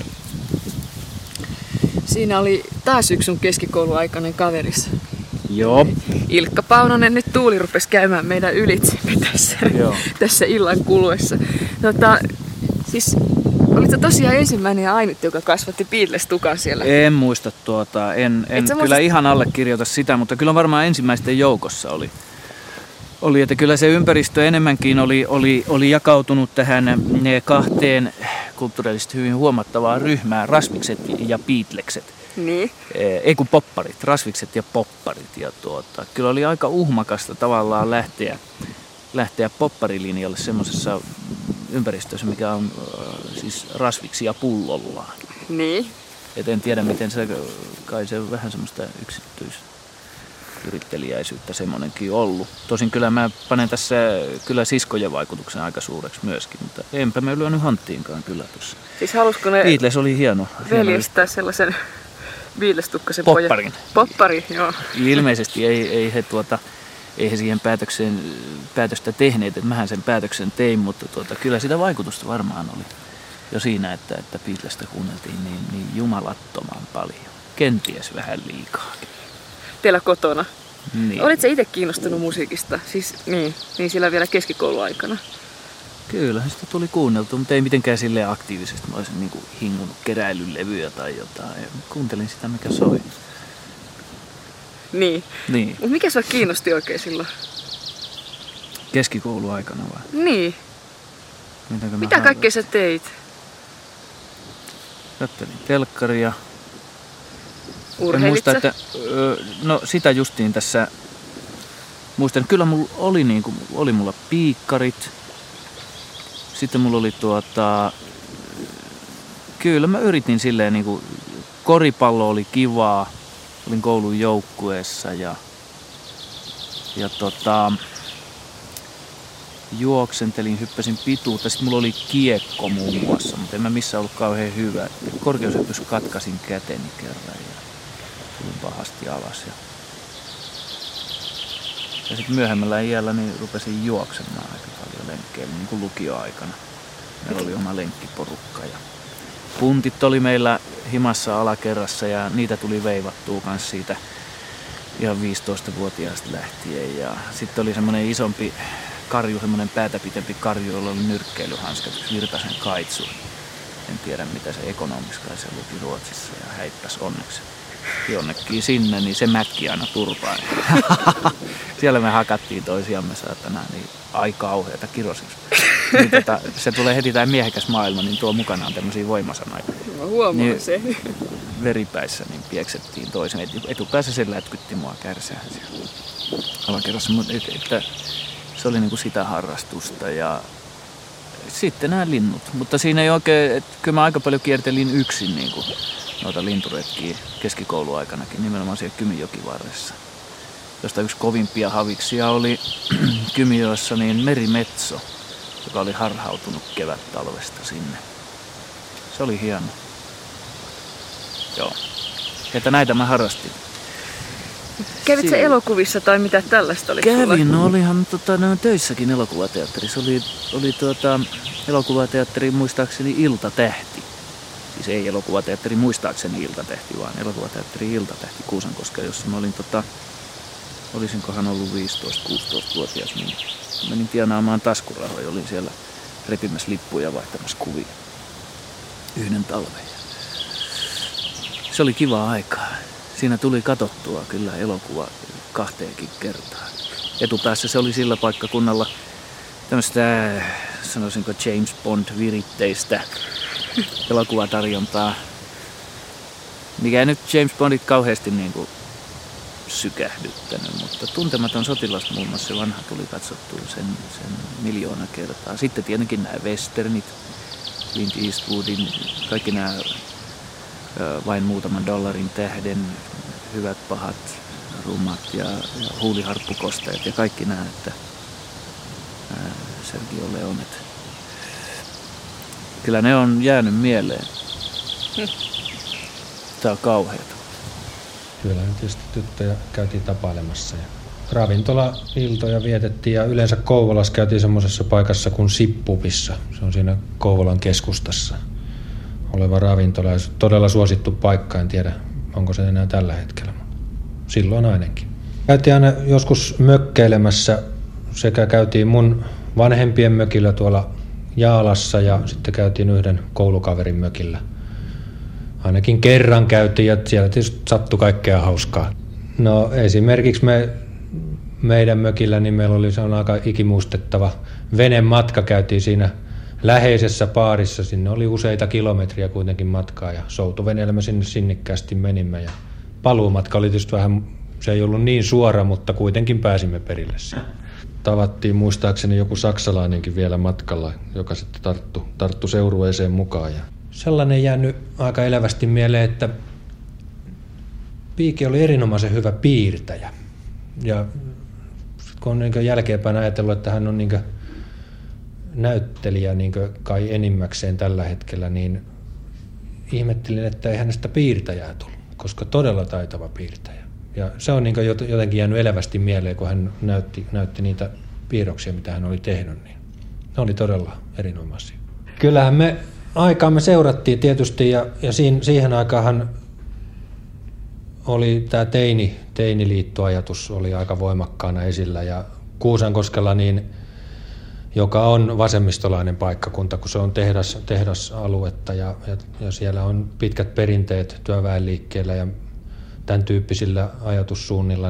Siinä oli taas yksi sun keskikouluaikainen kaverissa. Joo. Ilkka Paunonen, nyt tuuli rupesi käymään meidän ylitsemme tässä illan kuluessa. Siis olitko tosiaan ensimmäinen ja ainut, joka kasvatti Beatles-tukan siellä? En muista en kyllä ihan allekirjoita sitä, mutta kyllä varmaan ensimmäisten joukossa oli, että kyllä se ympäristö enemmänkin oli jakautunut tähän kahteen kulttuurillisesti hyvin huomattavaan ryhmään, rasvikset ja Beatlekset. Niin. Ei kun popparit, rasvikset ja popparit. Ja kyllä oli aika uhmakasta tavallaan lähteä popparilinjalle semmoisessa ympäristössä, mikä on siis rasviksia pullollaan. Niin. Et en tiedä, miten se, kai se on vähän semmoista yksityisyrittelijäisyyttä semmoinenkin ollut. Tosin kyllä mä panen tässä kyllä siskojen vaikutuksen aika suureksi myöskin, mutta enpä me lyönyt hanttiinkaan kyllä tuossa. Siis halusko ne Beatles oli hieno. Veljestää sellaisen Beatles-tukkasen popparin. Poppari, joo. Ilmeisesti ei he siihen päätöstä tehneet, että mähän sen päätöksen tein, mutta kyllä sitä vaikutusta varmaan oli jo siinä, että Beatlesta kuunneltiin niin jumalattoman paljon. Kenties vähän liikaa. Teillä kotona? Niin. Olitko itse kiinnostunut musiikista? Siis niin sillä vielä keskikouluaikana? Kyllä, sitä tuli kuunneltua, mutta ei mitenkään silleen aktiivisesti. Mä olisin niinku hingunut keräilylevyjä tai jotain. Kuuntelin sitä, mikä soi. Niin. Mutta mikä sua kiinnosti oikein silloin? Keskikouluaikana vai? Niin. Mitä kaikkea sä teit? Kattelin telkkaria. Urheilitko? Muista, että no sitä justiin tässä muistan, kyllä mulla oli mulla piikkarit. Sitten mulla oli kyllä mä yritin silleen niinku, koripallo oli kivaa. Olin koulun joukkueessa ja juoksentelin, hyppäsin pituutta. Sitten mulla oli kiekko muun muassa, mutta en mä missään ollut kauhean hyvä. Korkeushyppys katkasin käteni kerran ja tulin pahasti alas. Ja sitten myöhemmällä iällä niin rupesin juoksemaan aika paljon lenkkeillä, niin kuin lukioaikana. Meillä oli oma lenkkiporukka ja puntit oli meillä himassa alakerrassa ja niitä tuli veivattua kans siitä ihan 15-vuotiaasta lähtien. Ja sitten oli semmoinen isompi karju, semmoinen päätä pitempi karju, jolla oli nyrkkeilyhanskat, Virtasen kaitsu. En tiedä mitä se ekonomiskai se luki Ruotsissa ja häippäs onneksi jonnekin sinne, niin se mätki aina turpaan. Siellä me hakattiin toisiamme saatana, niin ai kauheata kirosiksi. Niin se tulee heti tämä miehekäs maailma, niin tuo mukanaan tämmöisiä voimasanoja. Mä huomaan niin, se. Veripäissä niin pieksettiin toisen. Etupäässä se lätkytti mua kärsään siellä alakerrassa, mutta että se oli niinku sitä harrastusta ja sitten nämä linnut. Mutta siinä ei oikein, että kyllä mä aika paljon kiertelin yksin niinku noita linturetkiä keskikouluaikanakin, nimenomaan siellä Kymijokivarressa. Josta yksi kovimpia haviksia oli Kymijoessa niin merimetso, joka oli harhautunut kevät-talvesta sinne. Se oli hieno. Joo. Että näitä mä harrastin. Kävitkö elokuvissa tai mitä tällaista oli? Kävin, no olihan töissäkin elokuvateatterissa. Oli elokuvateatteri muistaakseni Iltatähti. Siis ei elokuvateatteri muistaakseni Iltatähti, vaan elokuvateatteri Iltatähti Kuusankoskella, jossa mä olin olisinkohan ollut 15-16-vuotias, niin menin tienaamaan taskurahoja. Olin siellä repimässä lippuja vaihtamassa kuvia yhden talven. Se oli kivaa aikaa. Siinä tuli katsottua kyllä elokuva 2 kertaan. Etupäässä se oli sillä paikkakunnalla tämmöistä, sanoisinko James Bond-viritteistä elokuvatarjontaa, mikä nyt James Bondit kauheasti niin kuin sykähdyttänyt, mutta Tuntematon sotilas muun muassa se vanha tuli katsottua sen 1,000,000 kertaa. Sitten tietenkin nämä westernit, Clint Eastwoodin, kaikki nämä Vain muutaman dollarin tähden, Hyvät, pahat, rummat ja Huuliharppukosteet ja kaikki nämä, että Sergio Leonet. Kyllä ne on jäänyt mieleen. Tää on kauheata. Kyllä nyt tietysti tyttöjä käytiin tapailemassa ja ravintola-iltoja vietettiin ja yleensä Kouvolassa käytiin semmoisessa paikassa kuin Sippupissa. Se on siinä Kouvolan keskustassa oleva ravintola ja todella suosittu paikka, en tiedä onko se enää tällä hetkellä, mutta silloin ainakin. Käytiin aina joskus mökkeilemässä, sekä käytiin mun vanhempien mökillä tuolla Jaalassa ja sitten käytiin yhden koulukaverin mökillä. Ainakin kerran käytiin ja siellä tietysti sattui kaikkea hauskaa. No esimerkiksi meidän mökillä niin meillä oli se on aika ikimuistettava venematka, käytiin siinä läheisessä baarissa, sinne oli useita kilometriä kuitenkin matkaa ja soutuveneellä me sinne sinnikkäästi menimme ja paluumatka oli tietysti vähän, se ei ollut niin suora, mutta kuitenkin pääsimme perille siinä. Tavattiin muistaakseni joku saksalainenkin vielä matkalla, joka sitten tarttui seurueeseen mukaan. Ja sellainen jäänyt aika elävästi mieleen, että Piike oli erinomaisen hyvä piirtäjä. Ja kun on niin jälkeenpäin ajatellut, että hän on niin näyttelijä niin kai enimmäkseen tällä hetkellä, niin ihmettelin, että ei hänestä piirtäjää tullut, koska todella taitava piirtäjä. Ja se on niin jotenkin jäänyt elävästi mieleen, kun hän näytti niitä piirroksia, mitä hän oli tehnyt. Niin ne oli todella erinomaisia. Kyllähän me aikaamme seurattiin tietysti ja siihen aikaan oli tämä teiniliittoajatus oli aika voimakkaana esillä ja Kuusankoskella, niin, joka on vasemmistolainen paikkakunta, kun se on tehdasaluetta ja siellä on pitkät perinteet työväenliikkeellä ja tämän tyyppisillä ajatussuunnilla,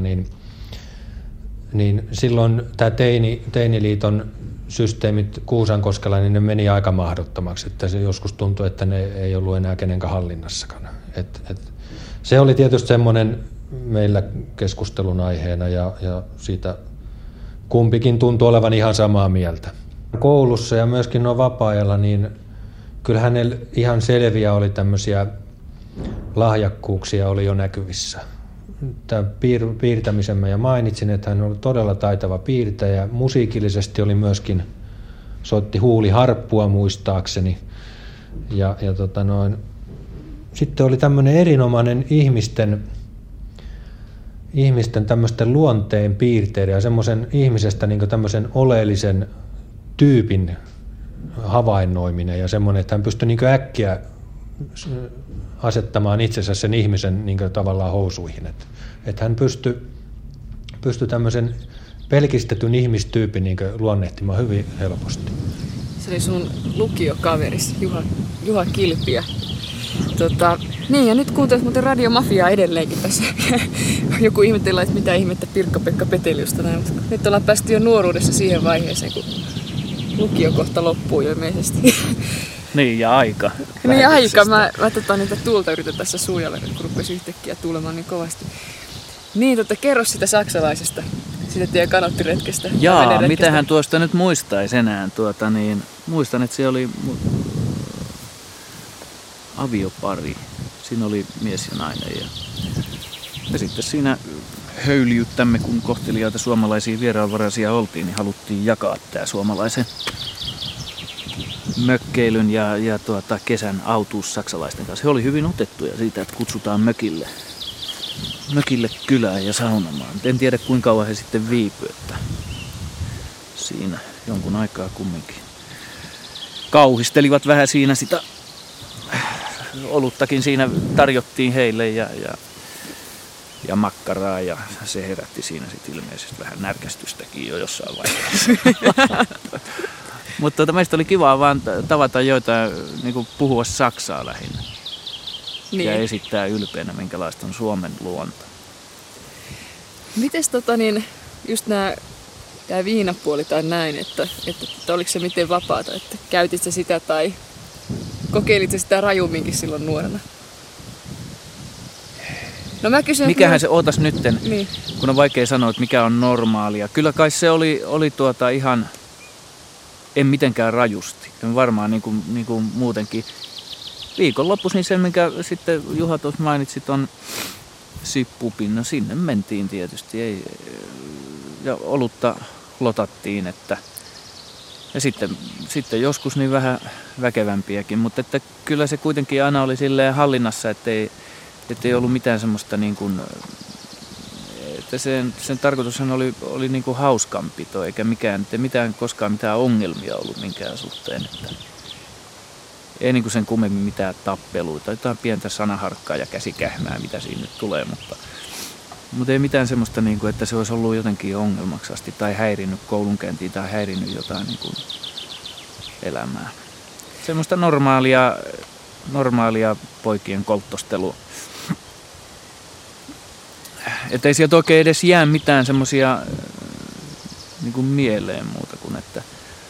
niin silloin tämä teiniliiton systeemit Kuusankoskella, niin ne meni aika mahdottomaksi, että se joskus tuntui, että ne ei ollut enää kenenkään hallinnassakaan. Se oli tietysti semmoinen meillä keskustelun aiheena ja siitä kumpikin tuntui olevan ihan samaa mieltä. Koulussa ja myöskin vapaa-ajalla, niin kyllä hänellä ihan selviä oli tämmöisiä lahjakkuuksia oli jo näkyvissä. Tämän piirtämisen mä jo mainitsin, että hän oli todella taitava piirtäjä. Musiikillisesti oli myöskin, soitti huuliharppua muistaakseni. Sitten oli tämmöinen erinomainen ihmisten tämmöisten luonteen piirteiden ja semmoisen ihmisestä niin tämmöisen oleellisen tyypin havainnoiminen ja semmoinen, että hän pystyi niin äkkiä asettamaan itsensä sen ihmisen niin tavallaan housuihin. Että hän pystyi tämmöisen pelkistetyn ihmistyypin niin luonnehtimaan hyvin helposti. Se oli sun lukiokaveris Juha Kilpiä. Niin, ja nyt kuuntelet muuten Radio Mafiaa edelleenkin tässä. Joku ihmetellään, että mitä ihmettä Pirkka-Pekka Peteliusta näin, mutta nyt ollaan päästy jo nuoruudessa siihen vaiheeseen, kun lukio kohta loppuu ilmeisesti. Niin, ja aika. Niin, aika. Mä niitä tuulta yritän tässä suojella, kun rupesi yhtäkkiä tuulemaan niin kovasti. Niin, kerro sitä saksalaisesta, siitä teidän kanottiretkestä. Jaa, mitähän tuosta nyt muistaisi enää. Muistan, että se oli aviopari. Siinä oli mies ja nainen. Ja sitten siinä höyliyttämme, kun kohteliaita suomalaisia vieraanvaraisia oltiin, niin haluttiin jakaa tämä suomalaisen mökkeilyn ja kesän autuus saksalaisten kanssa. He oli hyvin otettuja siitä, että kutsutaan mökille. mökille kylään ja saunomaan. En tiedä kuinka kauan he sitten viipyivät, että siinä jonkun aikaa kumminkin. Kauhistelivat vähän siinä sitä oluttakin siinä tarjottiin heille ja makkaraa ja se herätti siinä sitten ilmeisesti vähän närkästystäkin jo jossain vaiheessa. Mutta meistä oli kiva vaan tavata joitain niin puhua saksaa lähinnä. Niin. Ja esittää ylpeänä, minkälaista on Suomen luonto. Mites just tämä viinapuoli tai näin, että oliko se miten vapaata, että käytit sä sitä tai kokeilit sä sitä rajumminkin silloin nuorena? No mä kysyn, mikähän se ootas nytten, niin. Kun on vaikea sanoa, että mikä on normaalia. Kyllä kai se oli ihan, en mitenkään rajusti. En varmaan niin kuin muutenkin. Viikonloppuisin niin se, minkä sitten Juha tuossa mainitsit, on Sippupin. No sinne mentiin tietysti. Ja olutta lotattiin, että ja sitten joskus niin vähän väkevämpiäkin, mutta että kyllä se kuitenkin aina oli silleen hallinnassa, ettei ollut mitään semmoista niin kuin, että sen tarkoitushan oli niin kuin hauskanpito, eikä koskaan mitään ongelmia ollut minkään suhteen, että ei niin kuin sen kummemmin mitään tappeluita, jotain pientä sanaharkkaa ja käsikähmää, mitä siinä nyt tulee, mutta ei mitään semmoista, niin kuin, että se olisi ollut jotenkin ongelmaksi asti tai häirinnyt koulunkäyntiä tai häirinnyt jotain niin kuin elämää. Semmoista normaalia poikien kolttostelua. Että ei sieltä oikein edes jää mitään semmoisia niin kuin mieleen muuta kuin, että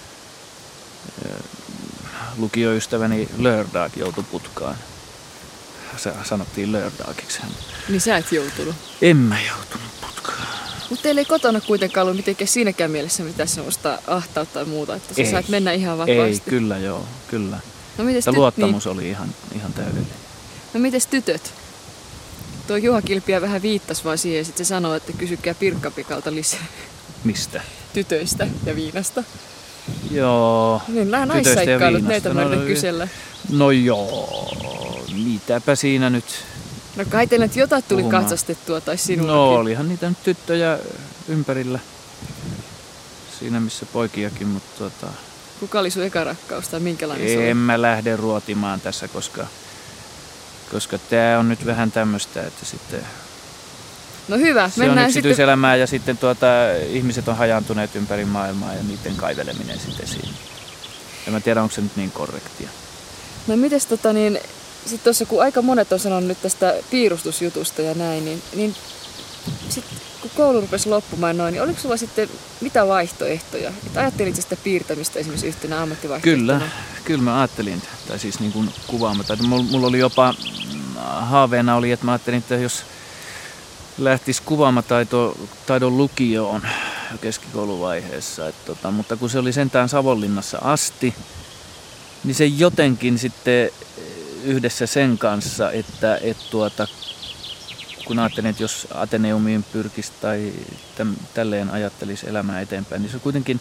lukioystäväni Lördag joutui putkaan. Sanottiin Lördagiksi. Niin sä et joutunut? En mä joutunut putkaan. Mutta teillä ei kotona kuitenkaan ollut mitenkään siinäkään mielessä mitään semmoista ahtautta tai muuta, että sä sait mennä ihan vapaasti. Ei, kyllä joo, kyllä. No mites luottamus oli ihan täydellinen. No mites tytöt? Tuo Juha Kilpiä vähän viittasi vaan siihen ja sitten se sanoi, että kysykää Pirkka-Pikalta lisää. Mistä? Tytöistä ja viinasta. Joo. Niin nämä naissaikkailut, näitä mä yritän kysellä. No joo, mitäpä siinä nyt. No kai teillä nyt jotain tuli katsastettua tai sinullakin. No olihan niitä nyt tyttöjä ympärillä. Siinä missä poikiakin, mutta Kuka oli sun eka rakkaus tai minkälainen se oli? En mä lähde ruotimaan tässä, koska tää on nyt vähän tämmöistä, että sitten no hyvä, se on yksityiselämää ja sitten ihmiset on hajaantuneet ympäri maailmaa ja niiden kaiveleminen sitten siinä. En mä tiedä, onko se nyt niin korrektia. No mites sitten tuossa kun aika monet on sanonut nyt tästä piirustusjutusta ja näin, niin sitten kun koulu rupesi loppumaan noin, niin oliko sulla sitten mitä vaihtoehtoja? Että ajattelitko sitä piirtämistä esimerkiksi yhtenä ammattivaihtoehtona? Kyllä mä ajattelin, tai siis niin kuin kuvaamataito. Mulla oli jopa haaveena oli, että mä ajattelin, että jos lähtisi kuvaamataidon lukioon keskikouluvaiheessa, mutta kun se oli sentään Savonlinnassa asti, niin se jotenkin sitten yhdessä sen kanssa, että kun ajattelin, että jos Ateneumiin pyrkisi tai tälleen ajattelisi elämää eteenpäin, niin se on kuitenkin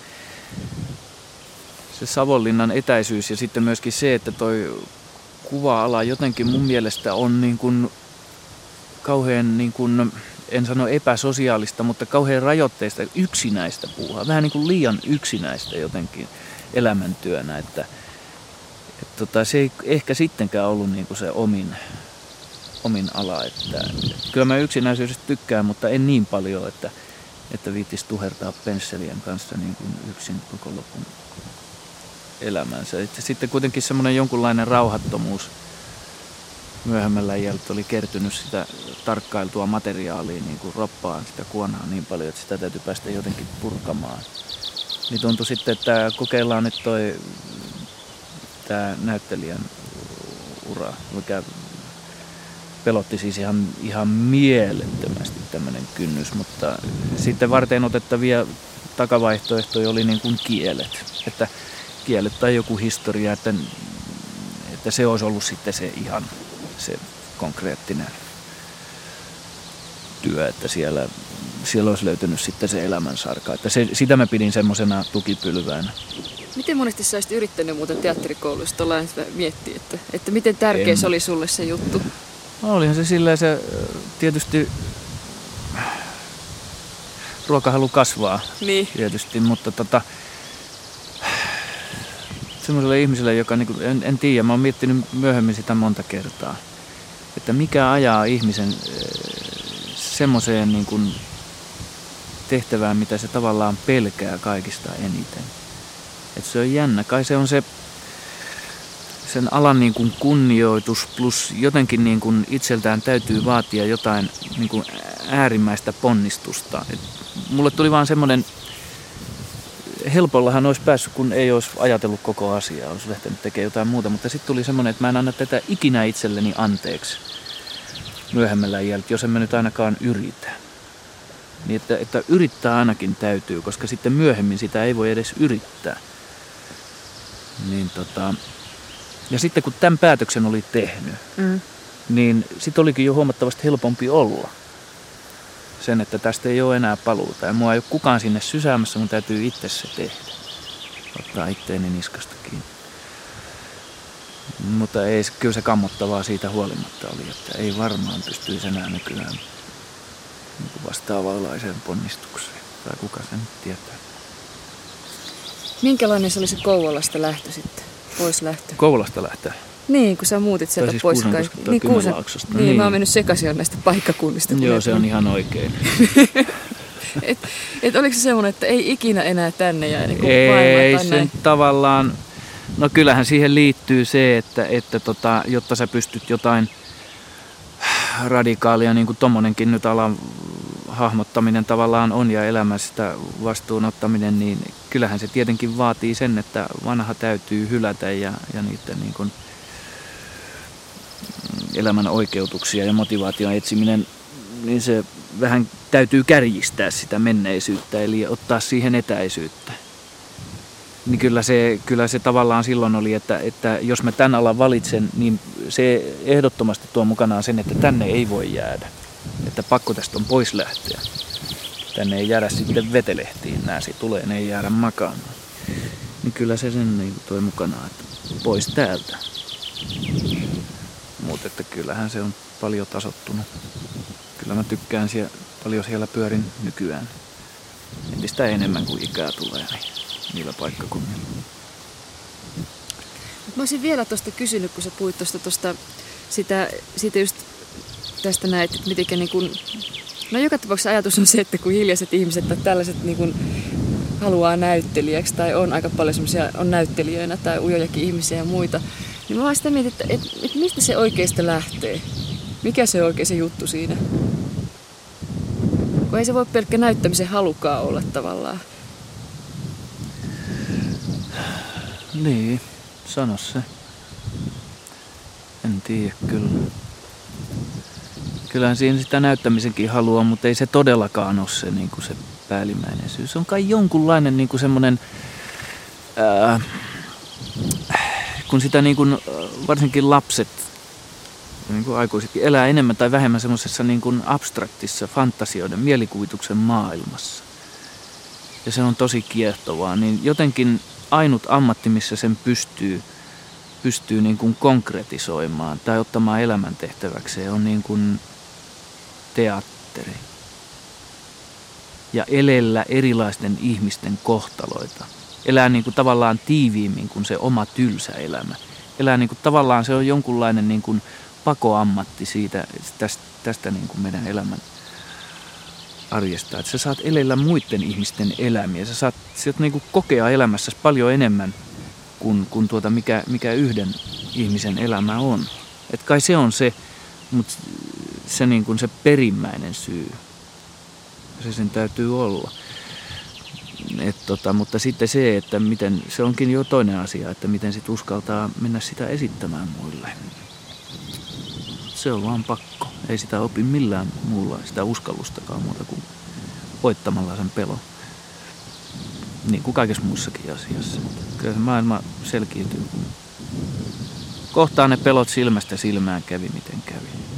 se Savonlinnan etäisyys ja sitten myöskin se, että toi kuva-ala jotenkin mun mielestä on niin kuin kauhean, niin kuin, en sano epäsosiaalista, mutta kauhean rajoitteista, yksinäistä puuhaa. Vähän niin kuin liian yksinäistä jotenkin elämäntyönä, että se ei ehkä sittenkään ollut niin kuin se omin ala. Että kyllä mä yksinäisyydestä tykkään, mutta en niin paljon, että viittisi tuhertaa pensselien kanssa niin kuin yksin koko lopun elämänsä. Että sitten kuitenkin semmoinen jonkunlainen rauhattomuus myöhemmällä iältä oli kertynyt sitä tarkkailtua materiaalia, niin kuin roppaan sitä kuonaa niin paljon, että sitä täytyy päästä jotenkin purkamaan. Niin tuntui sitten, että kokeillaan nyt tämä näyttelijän ura, mikä pelotti siis ihan mielettömästi tämmöinen kynnys, mutta sitten varten otettavia takavaihtoehtoja oli niin kuin kielet, että kielet tai joku historia, että se olisi ollut sitten se ihan se konkreettinen työ, että siellä olisi löytynyt sitten se elämänsarka, että sitä mä pidin semmoisena tukipylväänä. Miten monesti sä olisit yrittänyt muuten teatterikouluissa miettiä, että miten tärkeä se oli sulle se juttu? No, olihan se silleen se tietysti ruokahalu kasvaa niin. Tietysti, mutta semmoiselle ihmiselle, joka niin kuin, en tiedä, mä oon miettinyt myöhemmin sitä monta kertaa, että mikä ajaa ihmisen semmoiseen niin kuin tehtävään, mitä se tavallaan pelkää kaikista eniten. Että se on jännä. Kai se on sen alan niin kuin kunnioitus plus jotenkin niin kuin itseltään täytyy vaatia jotain niin kuin äärimmäistä ponnistusta. Et mulle tuli vaan semmoinen, helpollahan olisi päässyt, kun ei olisi ajatellut koko asiaa, olisi lähtenyt tekemään jotain muuta, mutta sitten tuli semmoinen, että mä en anna tätä ikinä itselleni anteeksi myöhemmällä iällä, jos en mä nyt ainakaan yritä. Niin että yrittää ainakin täytyy, koska sitten myöhemmin sitä ei voi edes yrittää. Niin ja sitten kun tämän päätöksen oli tehnyt, niin sitten olikin jo huomattavasti helpompi olla. Sen, että tästä ei ole enää paluuta. Ja mua ei ole kukaan sinne sysäämässä, mun täytyy itse se tehdä. Ottaa itteeni niskasta kiinni. Mutta ei, kyllä se kammottavaa siitä huolimatta oli, että ei varmaan pystyisi enää nykyään vastaavanlaiseen ponnistukseen. Tai kuka sen tietää. Minkälainen se oli se Kouvolasta lähtö sitten? Pois lähtö? Kouvolasta lähtö? Niin, kun sä muutit sieltä siis pois. Kymenlaaksosta. Niin, mä oon mennyt sekaisin näistä paikkakunnista. Joo, se on ihan oikein. et oliko se semmoinen, että ei ikinä enää tänne ja niin ei se näin? Tavallaan, no kyllähän siihen liittyy se, että jotta sä pystyt jotain radikaalia, niin kuin tommonenkin nyt alan hahmottaminen tavallaan on ja elämästä vastuunottaminen, niin kyllähän se tietenkin vaatii sen, että vanha täytyy hylätä ja niiden niin kuin elämän oikeutuksia ja motivaation etsiminen, niin se vähän täytyy kärjistää sitä menneisyyttä, eli ottaa siihen etäisyyttä. Niin kyllä se tavallaan silloin oli, että jos mä tämän alan valitsen, niin se ehdottomasti tuo mukanaan sen, että tänne ei voi jäädä. Että pakko tästä on pois lähteä. Tänne ei jäädä sitten vetelehtiin, nääsi tulee, ne ei jäädä makaamaan. Niin kyllä se sen toi mukanaan, että pois täältä. Mutta että kyllähän se on paljon tasottunut. Kyllä mä tykkään paljon siellä pyörin nykyään. Entistä enemmän kuin ikää tulee niillä paikkakunnilla. Mä olisin vielä tuosta kysynyt, kun sä puhuit tuosta siitä just tästä näet, että mitenkä niin kun, no joka tapauksessa ajatus on se, että kun hiljaiset ihmiset tai tällaiset niin kun haluaa näyttelijäksi tai on aika paljon semmoisia, on näyttelijöinä tai ujojakin ihmisiä ja muita, niin mä vaan sitä mietin, että mistä se oikeasta lähtee? Mikä se oikein se juttu siinä? Kun ei se voi pelkkä näyttämisen halukaan olla tavallaan. Niin, sano se. En tiedä kyllä. Kyllähän siinä sitä näyttämisenkin haluaa, mutta ei se todellakaan ole se, niin kuin se päällimmäinen syy. Se on kai jonkunlainen niin kuin semmoinen, kun sitä niin kuin, varsinkin lapset, niin kuin aikuisetkin, elää enemmän tai vähemmän semmoisessa niin kuin abstraktissa fantasioiden, mielikuvituksen maailmassa. Ja se on tosi kiehtovaa, niin jotenkin ainut ammatti, missä sen pystyy niin kuin konkretisoimaan tai ottamaan elämäntehtäväkseen, on niin kuin teatteri. Ja elellä erilaisten ihmisten kohtaloita. Elää niin kuin tavallaan tiiviimmin kuin se oma tylsä elämä. Elää niin kuin tavallaan se on jonkunlainen niin kuin pakoammatti tästä niin kuin meidän elämän arjesta. Että sä saat elellä muiden ihmisten elämiä. Sä saat niin kuin kokea elämässäsi paljon enemmän kuin mikä yhden ihmisen elämä on. Et kai se on se, mutta se, niin kuin se perimmäinen syy. Se sen täytyy olla. Mutta sitten se, että miten, se onkin jo toinen asia, että miten sit uskaltaa mennä sitä esittämään muille. Se on vaan pakko. Ei sitä opi millään muulla sitä uskallustakaan muuta kuin voittamalla sen pelon. Niin kuin kaikessa muussakin asiassa. Kyllä se maailma selkiytyy. Kohtaa ne pelot silmästä silmään kävi miten kävi.